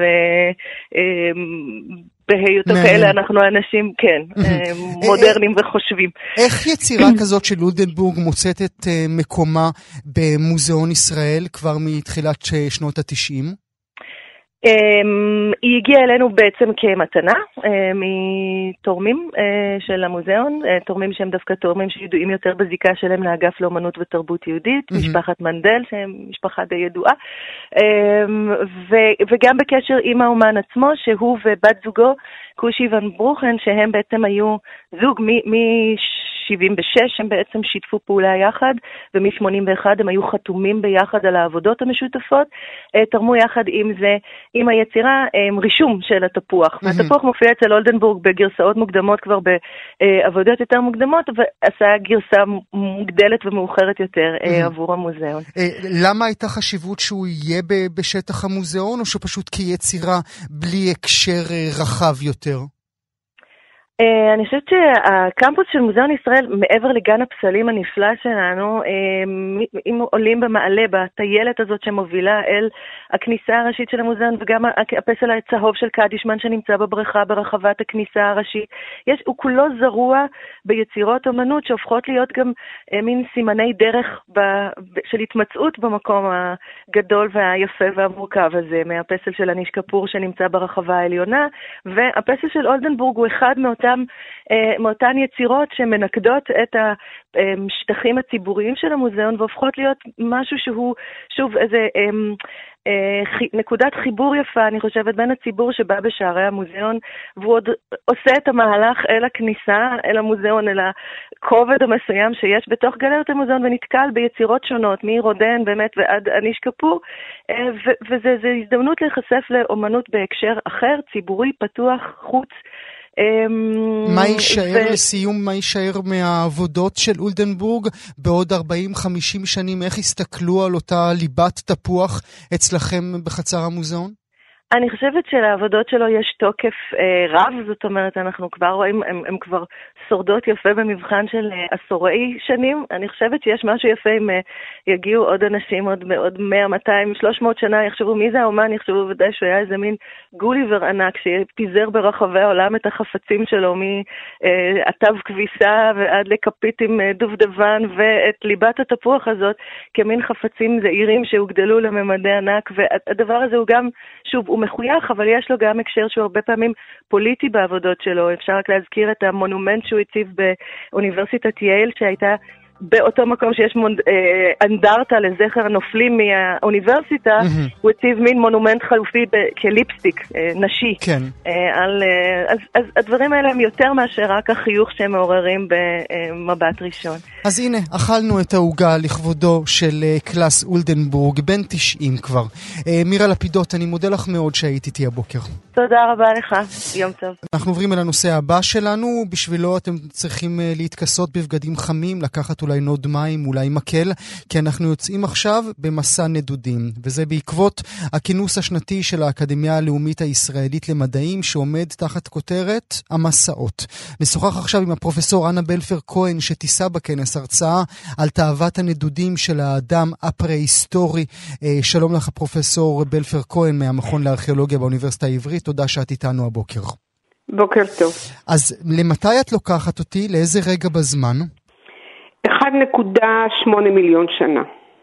בהיותו כאלה אנחנו אנשים, כן, מודרניים וחושבים. איך יצירה כזאת של אולדנבורג מוצאת את מקומה במוזיאון ישראל כבר מתחילת שנות ה-90? היא הגיעה אלינו בעצם כמתנה מתורמים של המוזיאון, תורמים שהם דווקא תורמים שידועים יותר בזיקה שלהם לאגף לאומנות ותרבות יהודית, משפחת מנדל, שהם משפחה די ידועה, וגם בקשר עם האומן עצמו, שהוא ובת זוגו, קושי ון ברוכן, שהם בעצם היו זוג מ-76, הם בעצם שיתפו פעולה יחד, ומ-81 הם היו חתומים ביחד על העבודות המשותפות, תרמו יחד עם זה, עם היצירה, רישום של התפוח. והתפוח מופיע אצל אולדנבורג בגרסאות מוקדמות כבר בעבודות יותר מוקדמות, ועשה גרסה מוגדלת ומאוחרת יותר עבור המוזיאון. למה הייתה חשיבות שהוא יהיה בשטח המוזיאון, או שפשוט כיצירה בלי הקשר רחב יותר? אני חושבת שהקמפוס של מוזיאון ישראל, מעבר לגן הפסלים הנפלא שלנו, אם עולים במעלה, בטיילת הזאת שמובילה אל הכניסה הראשית של המוזיאון, וגם הפסל הצהוב של קדישמן שנמצא בבריכה ברחבת הכניסה הראשית, הוא כולו זרוע ביצירות אומנות שהופכות להיות גם מין סימני דרך של התמצאות במקום הגדול והיפה והמורכב הזה, מהפסל של אניש קפור שנמצא ברחבה העליונה, והפסל של אולדנבורג הוא אחד מאותן יצירות שמנקדות את השטחים הציבוריים של המוזיאון והופכות להיות משהו שהוא שוב איזה נקודת חיבור יפה, אני חושבת, בין הציבור שבא בשערי המוזיאון והוא עוד עושה את המהלך אל הכניסה, אל המוזיאון, אל הכובד המסוים שיש בתוך גלריות המוזיאון ונתקל ביצירות שונות, מרודן באמת ועד אניש קפור, וזו הזדמנות להיחשף לאומנות בהקשר אחר, ציבורי, פתוח, חוץ. מה יישאר לסיום, מה יישאר מהעבודות של אולדנבורג בעוד 40-50 שנים? איך הסתכלו על אותה ליבת תפוח אצלכם בחצר המוזיאון? אני חושבת שלעבודות שלו יש תוקף רב, זאת אומרת, אנחנו כבר רואים, הם כבר שורדות יפה במבחן של עשורי שנים. אני חושבת שיש משהו יפה אם יגיעו עוד אנשים, עוד 100, 200, 300 שנה, יחשבו מי זה האומן, יחשבו ודאי שהוא היה איזה מין גוליבר ענק שפיזר ברחבי העולם את החפצים שלו, מעטב כביסה ועד לכפית עם דובדבן, ואת ליבת התפוח הזאת כמין חפצים זעירים שהוגדלו לממדי ענק, והדבר הזה הוא גם, שוב, הוא מחוייך, אבל יש לו גם הקשר שהוא הרבה פעמים פוליטי בעבודות שלו. אפשר רק להזכיר את המונומנט שהוא הציב באוניברסיטת יייל, שהייתה באותו מקום שיש אנדרטה לזכר הנופלים מהאוניברסיטה, הוא הציב מין מונומנט חלופי כליפסטיק נשי. כן. אז הדברים האלה הם יותר מאשר רק החיוך שהם מעוררים במבט ראשון. אז הנה, אכלנו את העוגה לכבודו של קלאס אולדנבורג, בן 90 כבר. מירה לפידות, אני מודה לך מאוד שהיית איתי הבוקר. תודה רבה לך, יום טוב. אנחנו עוברים אל הנושא הבא שלנו, בשבילו אתם צריכים להתכסות בבגדים חמים, לקחת אולי נוד מים, אולי מקל, כי אנחנו יוצאים עכשיו במסע נדודים, וזה בעקבות הכינוס השנתי של האקדמיה הלאומית הישראלית למדעים, שעומד תחת כותרת המסעות. נשוחח עכשיו עם הפרופסור אנה בלפר כהן, שתישא בכנס הרצאה על תאוות הנדודים של האדם הפרה-היסטורי. שלום לך פרופסור בלפר כהן מהמכון לארכיאולוגיה באוניברסיטה העברית, תודה שאת איתנו הבוקר. בוקר טוב. אז למתי את לוקחת אותי? לאיזה רגע בזמן? 1.8 מיליון שנה.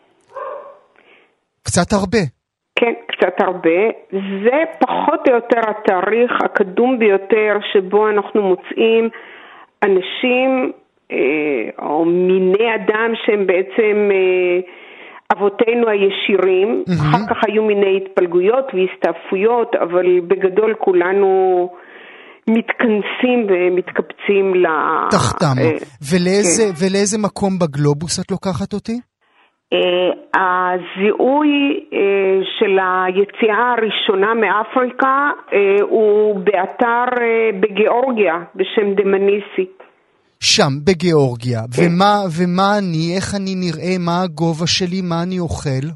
קצת הרבה. כן, קצת הרבה. זה פחות או יותר התאריך הקדום ביותר שבו אנחנו מוצאים אנשים או מיני אדם שהם בעצם אבותינו הישירים. אחר כך היו מיני התפלגויות והסתעפויות, אבל בגדול כולנו מתכנסים ומתקבצים תחתם. ולאיזה מקום בגלובוס את לוקחת אותי? הזיהוי של היציאה הראשונה מאפריקה הוא באתר בגיאורגיה בשם דמניסי. שם, בגיאורגיה. ומה אני, איך אני נראה, מה הגובה שלי, מה אני אוכל?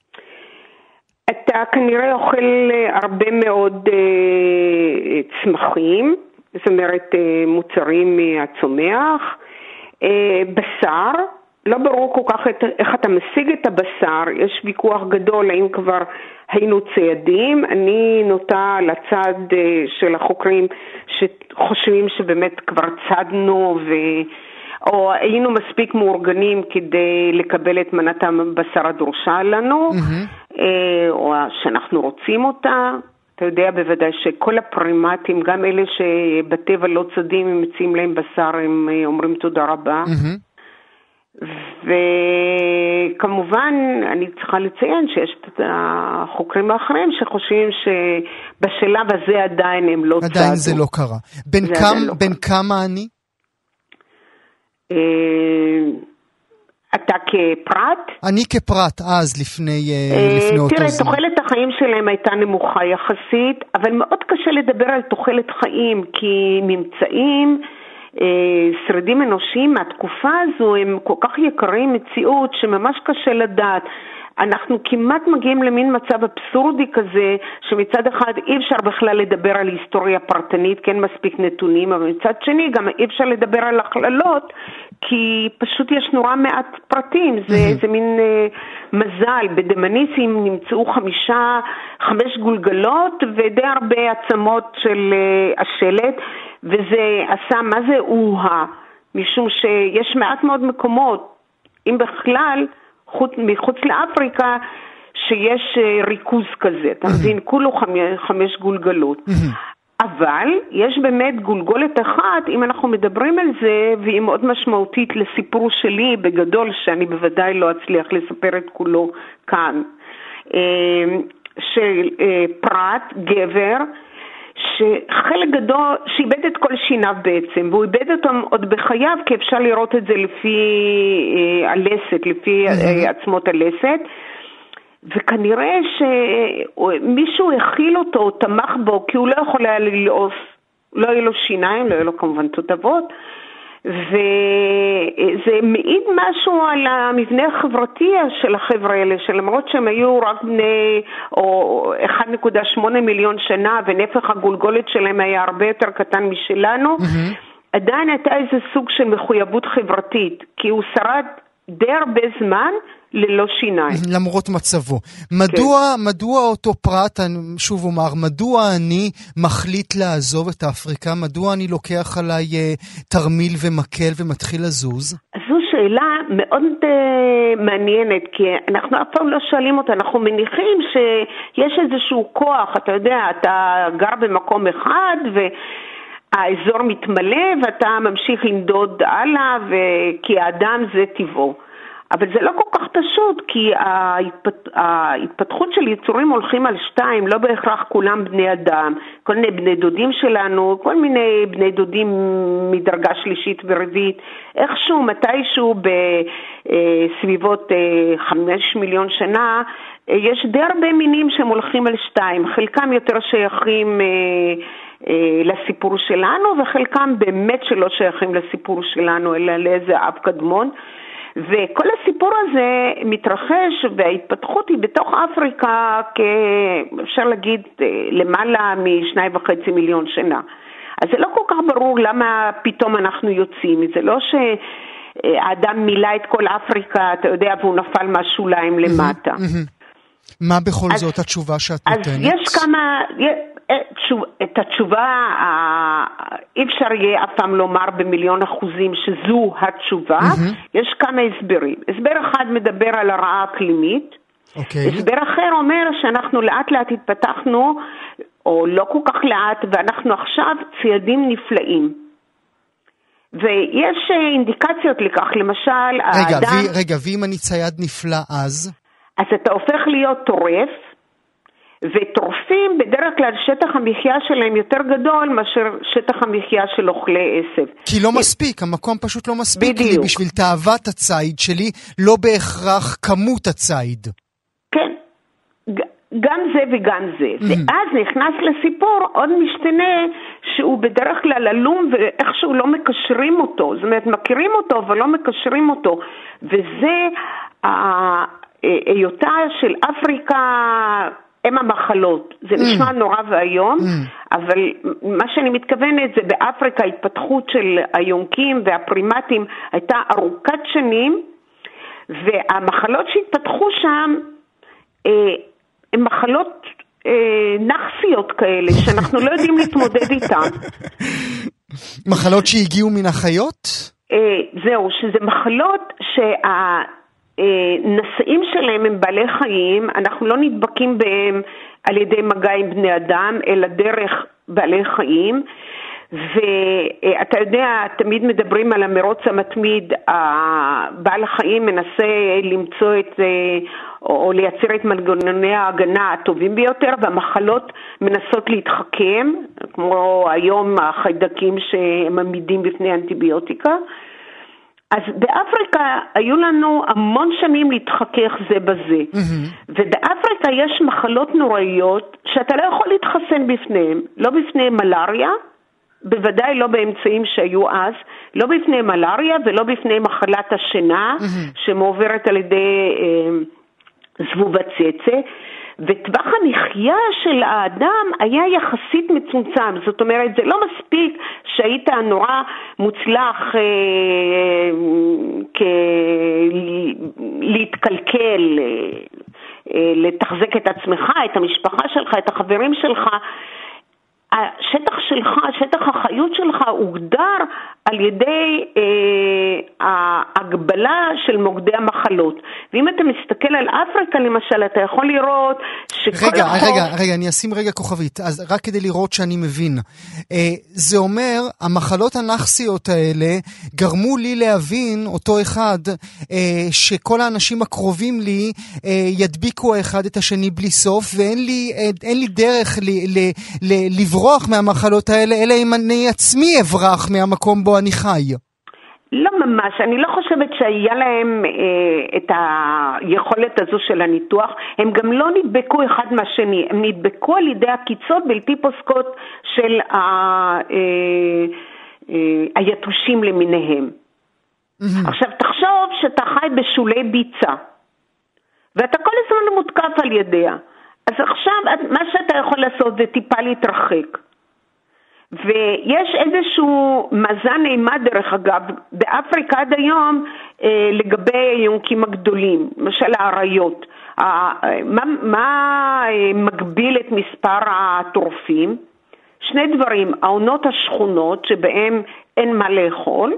אתה כנראה אוכל הרבה מאוד צמחים, זאת אומרת מוצרים מהצומח, בשר, לא ברור כל כך איך אתה משיג את הבשר, יש ויכוח גדול האם כבר היינו ציידים, אני נוטה לצד של החוקרים שחושבים שבאמת כבר צדנו או היינו מספיק מאורגנים כדי לקבל את מנת הבשר הדרושה לנו, או שאנחנו רוצים אותה. אתה יודע בוודאי שכל הפרימטים, גם אלה שבטבע לא צדים, הם מציעים להם בשר, הם אומרים תודה רבה. וכמובן אני צריכה לציין שיש את החוקרים האחרים שחושבים שבשלב הזה עדיין הם לא צדו. עדיין זה לא קרה. בין כמה אני? אתה כפרט? אני כפרט אז לפני אותו תראה, זמן. תוחלת החיים שלהם הייתה נמוכה יחסית, אבל מאוד קשה לדבר על תוחלת חיים, כי ממצאים שרידים אנושיים מהתקופה הזו הם כל כך יקרים מציאות שממש קשה לדעת. אנחנו כמעט מגיעים למין מצב אבסורדי כזה, שמצד אחד אי אפשר בכלל לדבר על היסטוריה פרטנית, כן מספיק נתונים, אבל מצד שני גם אי אפשר לדבר על הכללות, כי פשוט יש נורא מעט פרטים, זה מין מזל. בדמניסים נמצאו 5 גולגלות ודי הרבה עצמות של השלט, וזה עשה, מה זה אוהה? משום שיש מעט מאוד מקומות, אם בכלל, מחוץ לאפריקה, שיש ריכוז כזה. אתה מבין, כולו 5 גולגלות. אבל יש באמת גולגולת אחת, אם אנחנו מדברים על זה, והיא מאוד משמעותית לסיפור שלי בגדול, שאני בוודאי לא אצליח לספר את כולו כאן. של פרט, גבר, שחלק גדול, שאיבד את כל שיניו בעצם, והוא איבד אותם עוד בחייו, כי אפשר לראות את זה לפי הלסת, לפי עצמות הלסת, וכנראה שמישהו הכיל אותו, תמך בו, כי הוא לא יכול היה ללעוס, לא היה לו שיניים, לא היה לו כמובן תותבות, וזה מעיד משהו על המבנה החברתי של החבר'ה האלה, שלמרות שהם היו רק בני 1.8 מיליון שנה, ונפח הגולגולת שלהם היה הרבה יותר קטן משלנו, עדיין הייתה איזה סוג של מחויבות חברתית, כי הוא שרד די הרבה זמן ללא שיניים. למרות מצבו. מדוע אותו פרט, שוב אומר, מדוע אני מחליט לעזוב את אפריקה? מדוע אני לוקח עליי תרמיל ומקל ומתחיל לזוז? זו שאלה מאוד מעניינת, כי אנחנו אף פעם לא שואלים אותה, אנחנו מניחים שיש איזשהו כוח, אתה יודע, אתה גר במקום אחד והאזור מתמלא ואתה ממשיך לנדוד הלאה, כי האדם זה טבעו. אבל זה לא כל כך פשוט, כי ההתפתחות של יצורים הולכים על 2, לא בהכרח כולם בני אדם, כל מיני בני דודים שלנו, כל מיני בני דודים מדרגה שלישית ורביעית, איכשהו, מתישהו בסביבות 5 מיליון שנה, יש די הרבה מינים שהם הולכים על 2, חלקם יותר שייכים לסיפור שלנו, וחלקם באמת שלא שייכים לסיפור שלנו, אלא לאיזה אב קדמון, וכל הסיפור הזה מתרחש, וההתפתחות היא בתוך אפריקה, אפשר להגיד, למעלה מ2.5 מיליון שנה. אז זה לא כל כך ברור למה פתאום אנחנו יוצאים. זה לא שהאדם מילא את כל אפריקה, אתה יודע, והוא נפל מהשוליים למטה. מה בכל זאת התשובה שאת נותנת? אז יש כמה... את התשובה אי אפשר יהיה אף פעם לומר ב1,000,000% שזו התשובה. יש כמה הסברים. הסבר אחד מדבר על הרעה אקלימית. הסבר אחר אומר שאנחנו לאט לאט התפתחנו, או לא כל כך לאט, ואנחנו עכשיו ציידים נפלאים. ויש אינדיקציות לכך, למשל רגע, ואם אני צייד נפלא אז אתה הופך להיות טורף, וטורפים בדרך כלל שטח המחיה שלהם יותר גדול מאשר שטח המחיה של אוכלי עשב. כי לא מספיק, המקום פשוט לא מספיק לי בשביל תאוות הציד שלי, לא בהכרח כמות הציד. כן, גם זה וגם זה. ואז נכנס לסיפור עוד משתנה שהוא בדרך כלל עלום ואיכשהו לא מקשרים אותו. זאת אומרת, מכירים אותו אבל לא מקשרים אותו. וזה היותה של אפריקה הם המחלות. זה נשמע נורא והיום, אבל מה שאני מתכוונת זה באפריקה ההתפתחות של היונקים והפרימטים הייתה ארוכת שנים, והמחלות שהתפתחו שם הן מחלות נחסיות כאלה, שאנחנו לא יודעים להתמודד איתן. מחלות שהגיעו מן החיות? זהו, שזה מחלות נשאים שלהם הם בעלי חיים, אנחנו לא נדבקים בהם על ידי מגע עם בני אדם, אלא דרך בעלי חיים, ואתה יודע, תמיד מדברים על המרוץ המתמיד, בעל החיים מנסה למצוא או לייצר את מנגנוני ההגנה הטובים ביותר, והמחלות מנסות להתחכם, כמו היום החיידקים שהם עמידים בפני אנטיביוטיקה. אז באפריקה היו לנו המון שנים להתחכך זה בזה. ובאפריקה יש מחלות נוראיות שאתה לא יכול להתחסן בפניהם. לא בפני מלריה, בוודאי לא באמצעים שהיו אז, לא בפני מלריה ולא בפני מחלת השינה, שמועברת על ידי זבוב הצצה, וטווח המחיה של האדם היה יחסית מצומצם. זאת אומרת, זה לא מספיק שהיית נורא מוצלח להתקלקל, לתחזק את עצמך, את המשפחה שלך, את החברים שלך. השטח שלך, שטח החיות שלך הוגדר על ידי ההגבלה של מוקדי המחלות. ואם אתה מסתכל על אפריקה למשל, אתה יכול לראות שכל רגע, אני אשים רגע כוכבית, אז רק כדי לראות שאני מבין. זה אומר, המחלות הנכסיות האלה גרמו לי להבין, אותו אחד, שכל האנשים הקרובים לי ידביקו האחד את השני בלי סוף, ואין לי דרך לברוח מהמחלות האלה, אלא אם אני עצמי אברח מהמקום בו אני חי. לא ממש, אני לא חושבת שהיה להם את היכולת הזו של הניתוח, הם גם לא נדבקו אחד מהשני, הם נדבקו על ידי הקיצות בלתי פוסקות של היתושים למיניהם. עכשיו תחשוב שאתה חי בשולי ביצה, ואתה כל הזמן מותקף על ידיה, אז עכשיו מה שאתה יכול לעשות זה טיפה להתרחק. ויש איזשהו מאזן אימה דרך אגב, באפריקה עד היום לגבי היונקים הגדולים, למשל האריות. מה מגביל את מספר הטורפים? שני דברים, העונות השכונות שבהם אין מה לאכול,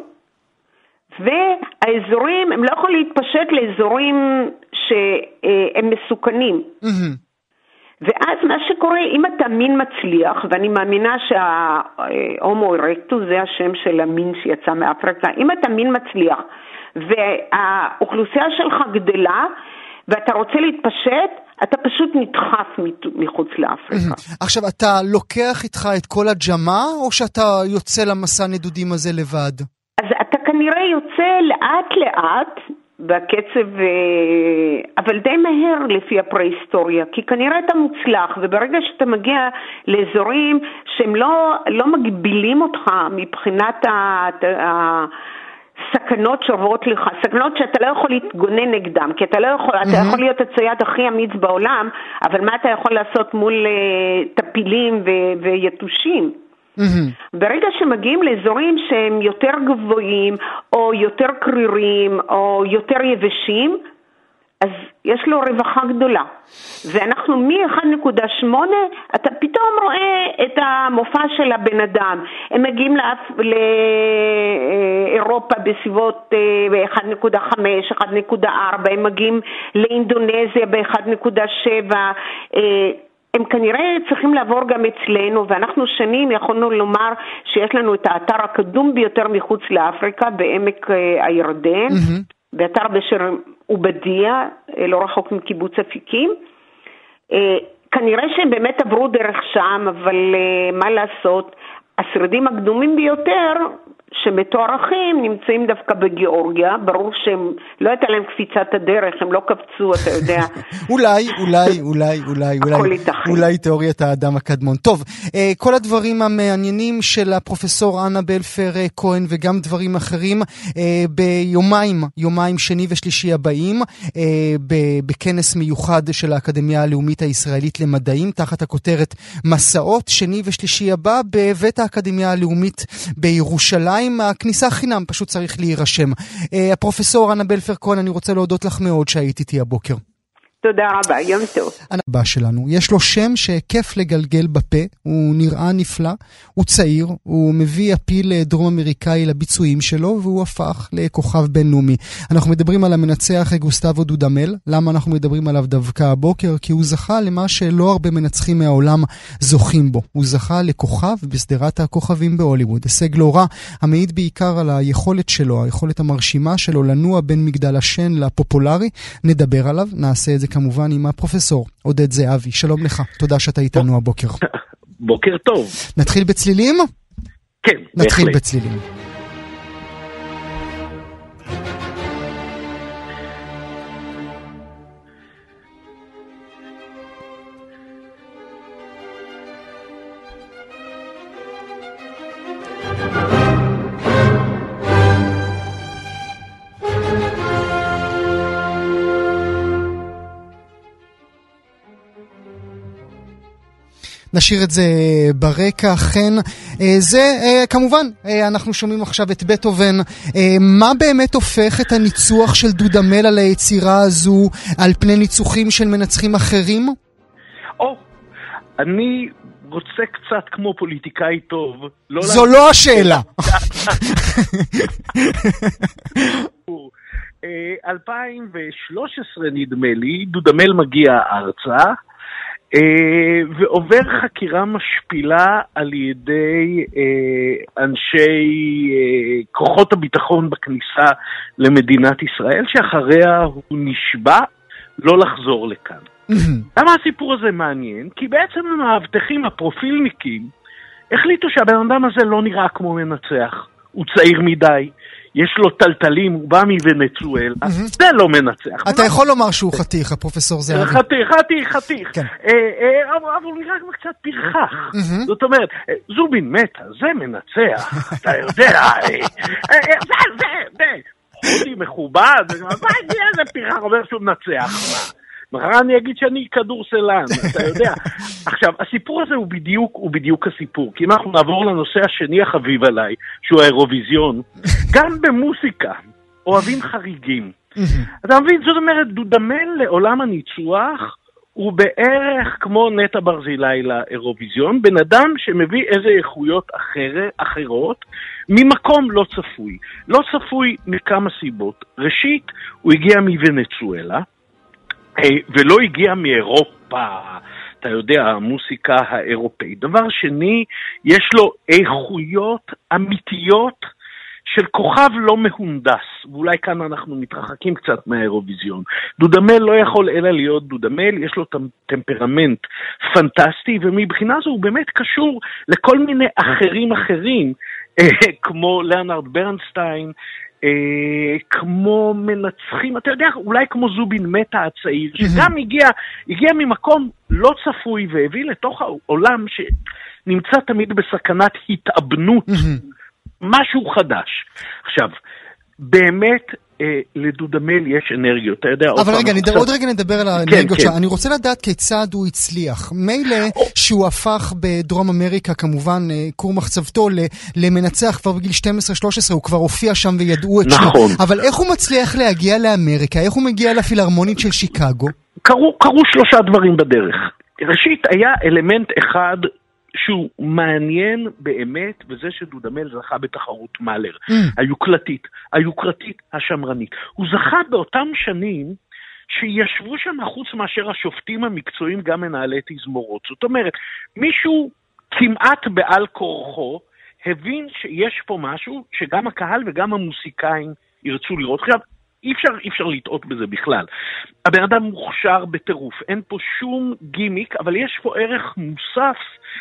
והאזורים, הם לא יכולים להתפשט לאזורים שהם מסוכנים. ואז מה שקורה, אם אתה מין מצליח, ואני מאמינה שההומו ארקטוס זה השם של המין שיצא מאפריקה, אם אתה מין מצליח, והאוכלוסייה שלך גדלה, ואתה רוצה להתפשט, אתה פשוט נדחף מחוץ לאפריקה. עכשיו, אתה לוקח איתך את כל הג'מה, או שאתה יוצא למסע נדודים הזה לבד? אז אתה כנראה יוצא לאט לאט, בקצב, אבל די מהר לפי הפרה-היסטוריה, כי כנראה אתה מוצלח, וברגע שאתה מגיע לאזורים שהם לא מגבילים אותך מבחינת הסכנות שעוברות לך, סכנות שאתה לא יכול להתגונן נגדם, כי אתה יכול להיות הצייד הכי אמיץ בעולם, אבל מה אתה יכול לעשות מול טפילים ויתושים? ברגע שמגיעים לאזורים שהם יותר גבוהים או יותר קרירים או יותר יבשים, אז יש לו רווחה גדולה. ואנחנו מ-1.8 אתה פתאום רואה את המופע של הבן אדם. הם מגיעים לאירופה בסביבות 1.5, 1.4, הם מגיעים לאינדונזיה ב-1.7, הם כנראה צריכים לעבור גם אצלנו, ואנחנו שנים יכולנו לומר שיש לנו את האתר הקדום ביותר מחוץ לאפריקה, בעמק הירדן, באתר בשם עובדיה, לא רחוק מקיבוץ אפיקים. כנראה שהם באמת עברו דרך שם, אבל מה לעשות? השרידים הקדומים ביותר שמתוארכים נמצאים דווקא בגיאורגיה, ברור שהם לא הייתה להם קפיצת הדרך, הם לא קפצו, אתה יודע. אולי תיאוריית האדם הקדמון. טוב, כל הדברים המעניינים של הפרופסור אנאבל פר כהן וגם דברים אחרים ביומיים שני ושלישי הבאים, בכנס מיוחד של האקדמיה הלאומית הישראלית למדעים, תחת הכותרת מסעות, שני ושלישי הבא בבית האקדמיה הלאומית בירושלים. הכניסה חינם, פשוט צריך להירשם. הפרופסור אנאבל פר כהן, אני רוצה להודות לך מאוד שהיית איתי הבוקר. תודה רבה, יום טוב. הבא שלנו, יש לו שם שכיף לגלגל בפה, הוא נראה נפלא, הוא צעיר, הוא מביא אפיל דרום אמריקאי לביצועים שלו, והוא הפך לכוכב בינלאומי. אנחנו מדברים על המנצח גוסטבו דודמל. למה אנחנו מדברים עליו דווקא הבוקר? כי הוא זכה למה שלא הרבה מנצחים מהעולם זוכים בו. הוא זכה לכוכב בסדרת הכוכבים בהוליווד. הישג לא רע, המעיד בעיקר על היכולת שלו, היכולת המרשימה שלו לנוע בין מגדל השן לפופולרי. נדבר עליו, נעשה את זה כמובן עם הפרופסור עודד זהבי. שלום לך, תודה שאתה איתנו הבוקר. בוקר טוב. נתחיל בצלילים? כן, נתחיל בצלילים. נשאיר את זה ברקע, חן. זה, כמובן, אנחנו שומעים עכשיו את בטהובן. מה באמת הופך את הניצוח של דודמל על היצירה הזו על פני ניצוחים של מנצחים אחרים? אני רוצה קצת כמו פוליטיקאי טוב. זו לא השאלה. 2013 נדמה לי, דודמל מגיע ארצה, ועובר חקירה משפילה על ידי אנשי כוחות הביטחון בכניסה למדינת ישראל, שאחריה הוא נשבע לא לחזור לכאן. למה הסיפור הזה מעניין? כי בעצם המאבטחים הפרופילניקים החליטו שהבן אדם הזה לא נראה כמו מנצח, הוא צעיר מדי, יש לו טלטלים, הוא בא מוונצואלה, זה לא מנצח. אתה יכול לומר שהוא חתיך, הפרופסור זהבי. חתיך. אבל הוא נראה כמו קצת פרחח. זאת אומרת, זובין מתה, זה מנצח, אתה יודע, זה חודי מכובד, זה פרחח אומר שהוא מנצח, מחר אני אגיד שאני כדור סלן, אתה יודע. עכשיו, הסיפור הזה הוא בדיוק הסיפור, כי אם אנחנו נעבור לנושא השני החביב עליי, שהוא האירוויזיון, גם במוסיקה אוהבים חריגים. אתה מבין, זאת אומרת, דודמל לעולם הניצוח הוא בערך כמו נטע ברזילי לאירוויזיון, בן אדם שמביא איזה איכויות אחרות ממקום לא צפוי. לא צפוי מכמה סיבות. ראשית, הוא הגיע מוונצואלה, ולא הגיע מאירופה, אתה יודע, המוסיקה האירופאית. דבר שני, יש לו איכויות אמיתיות של כוכב לא מהונדס, ואולי כאן אנחנו מתרחקים קצת מהאירוויזיון. דודמל לא יכול אלא להיות דודמל, יש לו טמפרמנט פנטסטי, ומבחינה זו הוא באמת קשור לכל מיני אחרים, כמו ליאונרד ברנסטיין, כמו מנצחים, אתה יודע, אולי כמו זובין מתה הצעיר, שגם הגיע ממקום לא צפוי והביא לתוך העולם שנמצא תמיד בסכנת התאבנות, משהו חדש. עכשיו, באמת לדודמל יש אנרגיות, אתה יודע. אבל רגע, עוד רגע נדבר על האנרגיות שלה. אני רוצה לדעת כיצד הוא הצליח. מילא שהוא הפך בדרום אמריקה, כמובן, קור מחצבתו, למנצח כבר בגיל 12-13, הוא כבר הופיע שם וידעו את שמו. אבל איך הוא מצליח להגיע לאמריקה? איך הוא מגיע לפילהרמונית של שיקגו? קרו 3 דברים בדרך. ראשית, היה אלמנט אחד שהוא מעניין באמת, וזה שדודמל זכה בתחרות מאלר, היוקרתית השמרנית. הוא זכה באותם שנים שישבו שם חוץ מאשר השופטים המקצועיים גם מנהלי תזמורות. זאת אומרת, מישהו כמעט בעל כורחו הבין שיש פה משהו שגם הקהל וגם המוסיקאים ירצו לראות. עכשיו, אי אפשר לטעות בזה בכלל. הבן אדם מוכשר בטירוף, אין פה שום גימיק, אבל יש פה ערך מוסף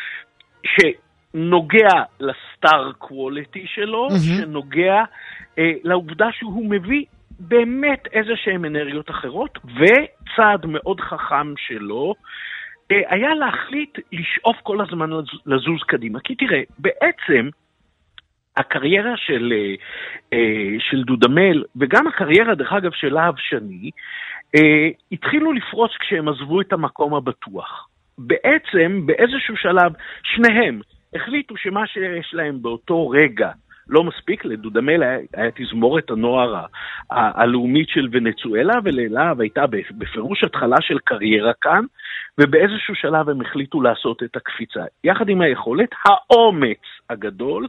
שנוגע לסטאר קווליטי שלו, שנוגע לעובדה שהוא מביא באמת איזה שהן אנרגיות אחרות, וצעד מאוד חכם שלו היה להחליט לשאוף כל הזמן לזוז קדימה. כי תראה, בעצם הקריירה של דודמל, וגם הקריירה דרך אגב של להב שני, התחילו לפרוץ כשהם עזבו את המקום הבטוח. בעצם באיזשהו שלב שניהם החליטו שמה שיש להם באותו רגע לא מספיק. לדודמל היה תזמורת הנוער הלאומית של ונצואלה, וללהב הייתה בפירוש התחלה של קריירה כאן, ובאיזשהו שלב הם החליטו לעשות את הקפיצה. יחד עם היכולת, האומץ הגדול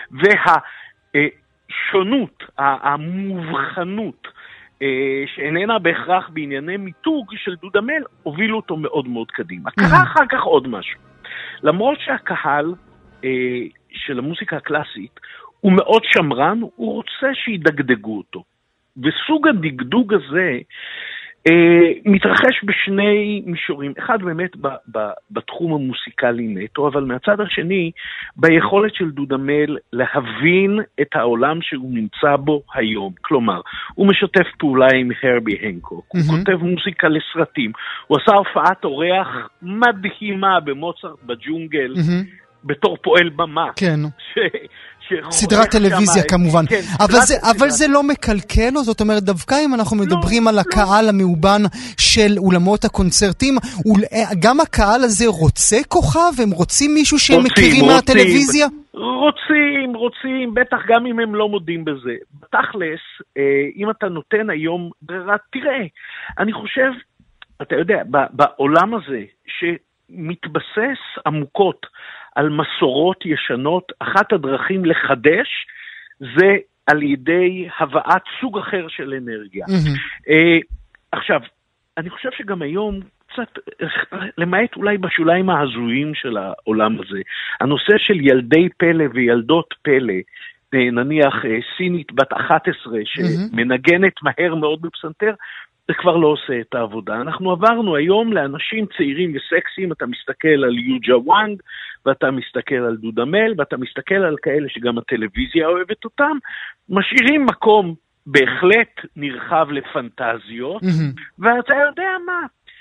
והשונות, המובחנות, שאיננה בהכרח בענייני מיתוג של דודמל, הובילו אותו מאוד מאוד קדימה. קרה אחר כך עוד משהו. למרות שהקהל של המוסיקה הקלאסית הוא מאוד שמרן, הוא רוצה שידגדגו אותו. וסוג הדגדוג הזה מתרחש בשני מישורים. אחד באמת בתחום המוסיקלי נטו, אבל מהצד השני, ביכולת של דודמל להבין את העולם שהוא נמצא בו היום. כלומר, הוא משתף פעולה עם הרבי הנקוק, הוא כותב מוזיקה לסרטים, הוא עשה הופעת אורח מדהימה במוצרט בג'ונגל, בתור פועל במה, סדרת טלוויזיה כמובן. אבל זה לא מקלקל, זאת אומרת, דווקא אם אנחנו מדברים על הקהל המאובן של אולמות הקונצרטים, גם הקהל הזה רוצה כוכב? הם רוצים מישהו שהם מכירים מהטלוויזיה? רוצים, בטח גם אם הם לא מודים בזה. בתכלס, אם אתה נותן היום ברירה, תראה, אני חושב, אתה יודע, בעולם הזה, שמתבסס עמוקות על מסורות ישנות, אחת הדרכים לחדש, זה על ידי הבאת סוג אחר של אנרגיה. עכשיו, אני חושב שגם היום, קצת, למעט אולי בשוליים ההזויים של העולם הזה, הנושא של ילדי פלא וילדות פלא, נניח סינית בת 11 שמנגנת מהר מאוד בפסנתר, זה כבר לא עושה את העבודה. אנחנו עברנו היום לאנשים צעירים וסקסיים, אתה מסתכל על יוג'ה וואנג, ואתה מסתכל על דודמל, ואתה מסתכל על כאלה שגם הטלוויזיה אוהבת אותם, משאירים מקום בהחלט נרחב לפנטזיות, ואתה יודע מה,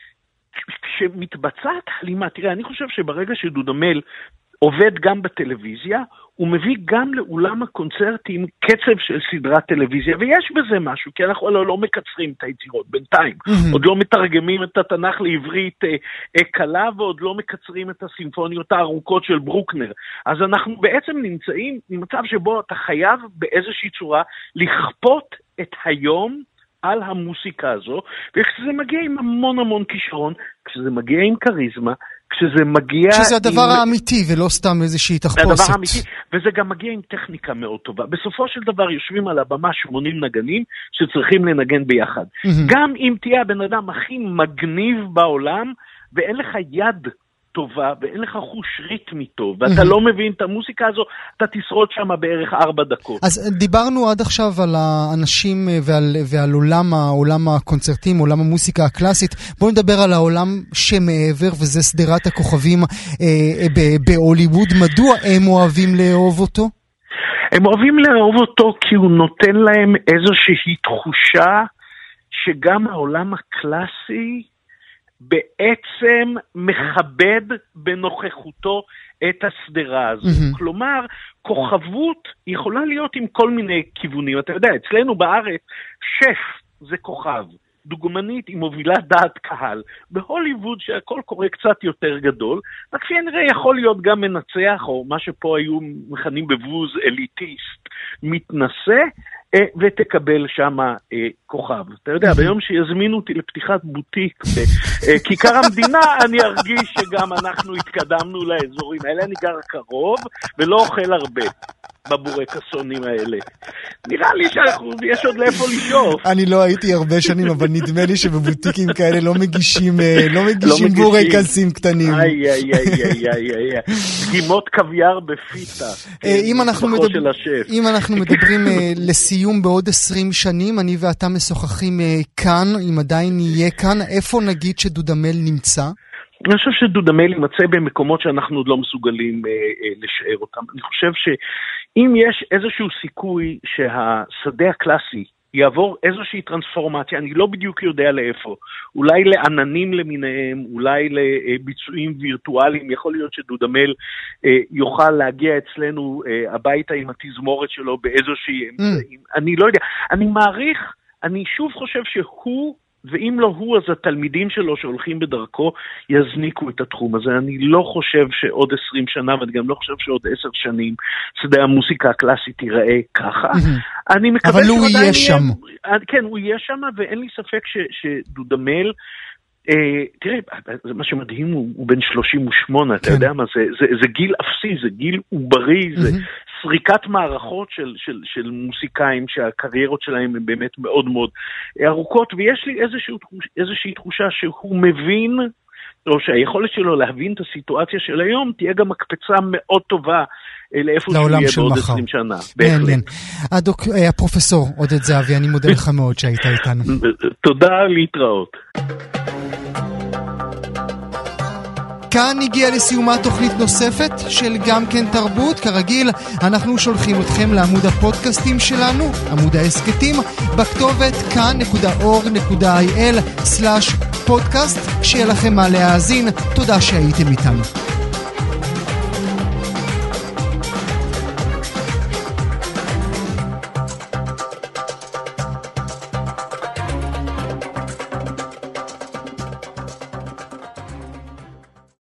כשמתבצעת הלימה, תראה, אני חושב שברגע שדודמל עובד גם בטלוויזיה, הוא מביא גם לאולם הקונצרטים קצב של סדרת טלוויזיה, ויש בזה משהו, כי אנחנו לא מקצרים את היצירות בינתיים, עוד לא מתרגמים את התנ"ך לעברית קלה, ועוד לא מקצרים את הסימפוניות הארוכות של ברוקנר, אז אנחנו בעצם נמצאים במצב שבו אתה חייב באיזושהי צורה לכפות את היום על המוסיקה הזו, וכשזה מגיע עם המון כישרון, כשזה מגיע עם קריזמה, כשזה מגיע... שזה הדבר האמיתי ולא סתם איזושהי תחפושת. זה הדבר האמיתי, וזה גם מגיע עם טכניקה מאוד טובה. בסופו של דבר יושבים על הבמה 80 נגנים שצריכים לנגן ביחד. גם אם תהיה הבן אדם הכי מגניב בעולם, ואין לך יד טובה, ואין לך חוש ריתמי טוב, ואתה לא מבין את המוסיקה הזו, אתה תשרוד שם בערך 4 דקות. אז דיברנו עד עכשיו על האנשים ועל עולם הקונצרטים, עולם המוסיקה הקלאסית. בואו נדבר על העולם שמעבר, וזה סדרת הכוכבים בהוליווד. מדוע הם אוהבים לאהוב אותו? הם אוהבים לאהוב אותו כי הוא נותן להם איזושהי תחושה שגם העולם הקלאסי בעצם מכבד בנוכחותו את הסדרה הזו. כלומר, כוכבות יכולה להיות עם כל מיני כיוונים. אתה יודע, אצלנו בארץ, שף זה כוכב. דוגמנית היא מובילה דעת קהל. בהוליווד שהכל קורה קצת יותר גדול, רק שנראה יכול להיות גם מנצח, או מה שפה היו מכנים בבוז אליטיסט, מתנסה, ותקבל שם כוכב. אתה יודע, ביום שיזמינו אותי לפתיחת בוטיק בכיכר המדינה, אני ארגיש שגם אנחנו התקדמנו לאזורים האלה. אני גר קרוב ולא אוכל הרבה בבורקסונים האלה. נראה לי שיש עוד לאיפה לשאוף. אני לא הייתי הרבה שנים, אבל נדמה לי שבבוטיקים כאלה לא מגישים בורקסים קטנים. דגימות קוויאר בפיתה. אם אנחנו מדברים לסיום בעוד 20 שנים, אני ואתה משוחחים כאן, אם עדיין יהיה כאן, איפה נגיד שדודמל נמצא? אני חושב שדודמל יימצא במקומות שאנחנו עוד לא מסוגלים לשער אותם. אני חושב שאם יש איזשהו סיכוי שהשדה הקלאסי יעבור איזושהי טרנספורמציה, אני לא בדיוק יודע לאיפה, אולי לעננים למיניהם, אולי לביצועים וירטואליים, יכול להיות שדודמל יוכל להגיע אצלנו הביתה עם התזמורת שלו באיזושהי אמצעים, אני לא יודע, אני מעריך, אני שוב חושב שהוא, ואם לא הוא, אז התלמידים שלו שהולכים בדרכו יזניקו את התחום הזה. אני לא חושב שעוד 20 שנה, ואני גם לא חושב שעוד 10 שנים, שדה המוסיקה הקלאסית ייראה ככה. אני מקווה אבל הוא יהיה שם. כן, הוא יהיה שם, ואין לי ספק שדודמל, תראה, מה שמדהים הוא בן 38, אתה יודע מה, זה גיל אפסי, זה גיל עוברי, זה סריקת מערכות של מוסיקאים שהקריירות שלהם הן באמת מאוד מאוד ארוכות, ויש לי איזושהי תחושה שהוא מבין, או שהיכולת שלו להבין את הסיטואציה של היום, תהיה גם מקפצה מאוד טובה לאיפה שהוא יהיה בעוד 20 שנה. בהחלט. הפרופסור עודד זהבי, אני מודה לך מאוד שהיית איתנו. תודה, להתראות. כאן הגיעה לסיומה תוכנית נוספת של גם כן תרבות. כרגיל, אנחנו שולחים אתכם לעמוד הפודקאסטים שלנו, עמוד העסקתים, בכתובת כאן.org.il/podcast. שיהיה לכם מה להאזין. תודה שהייתם איתנו.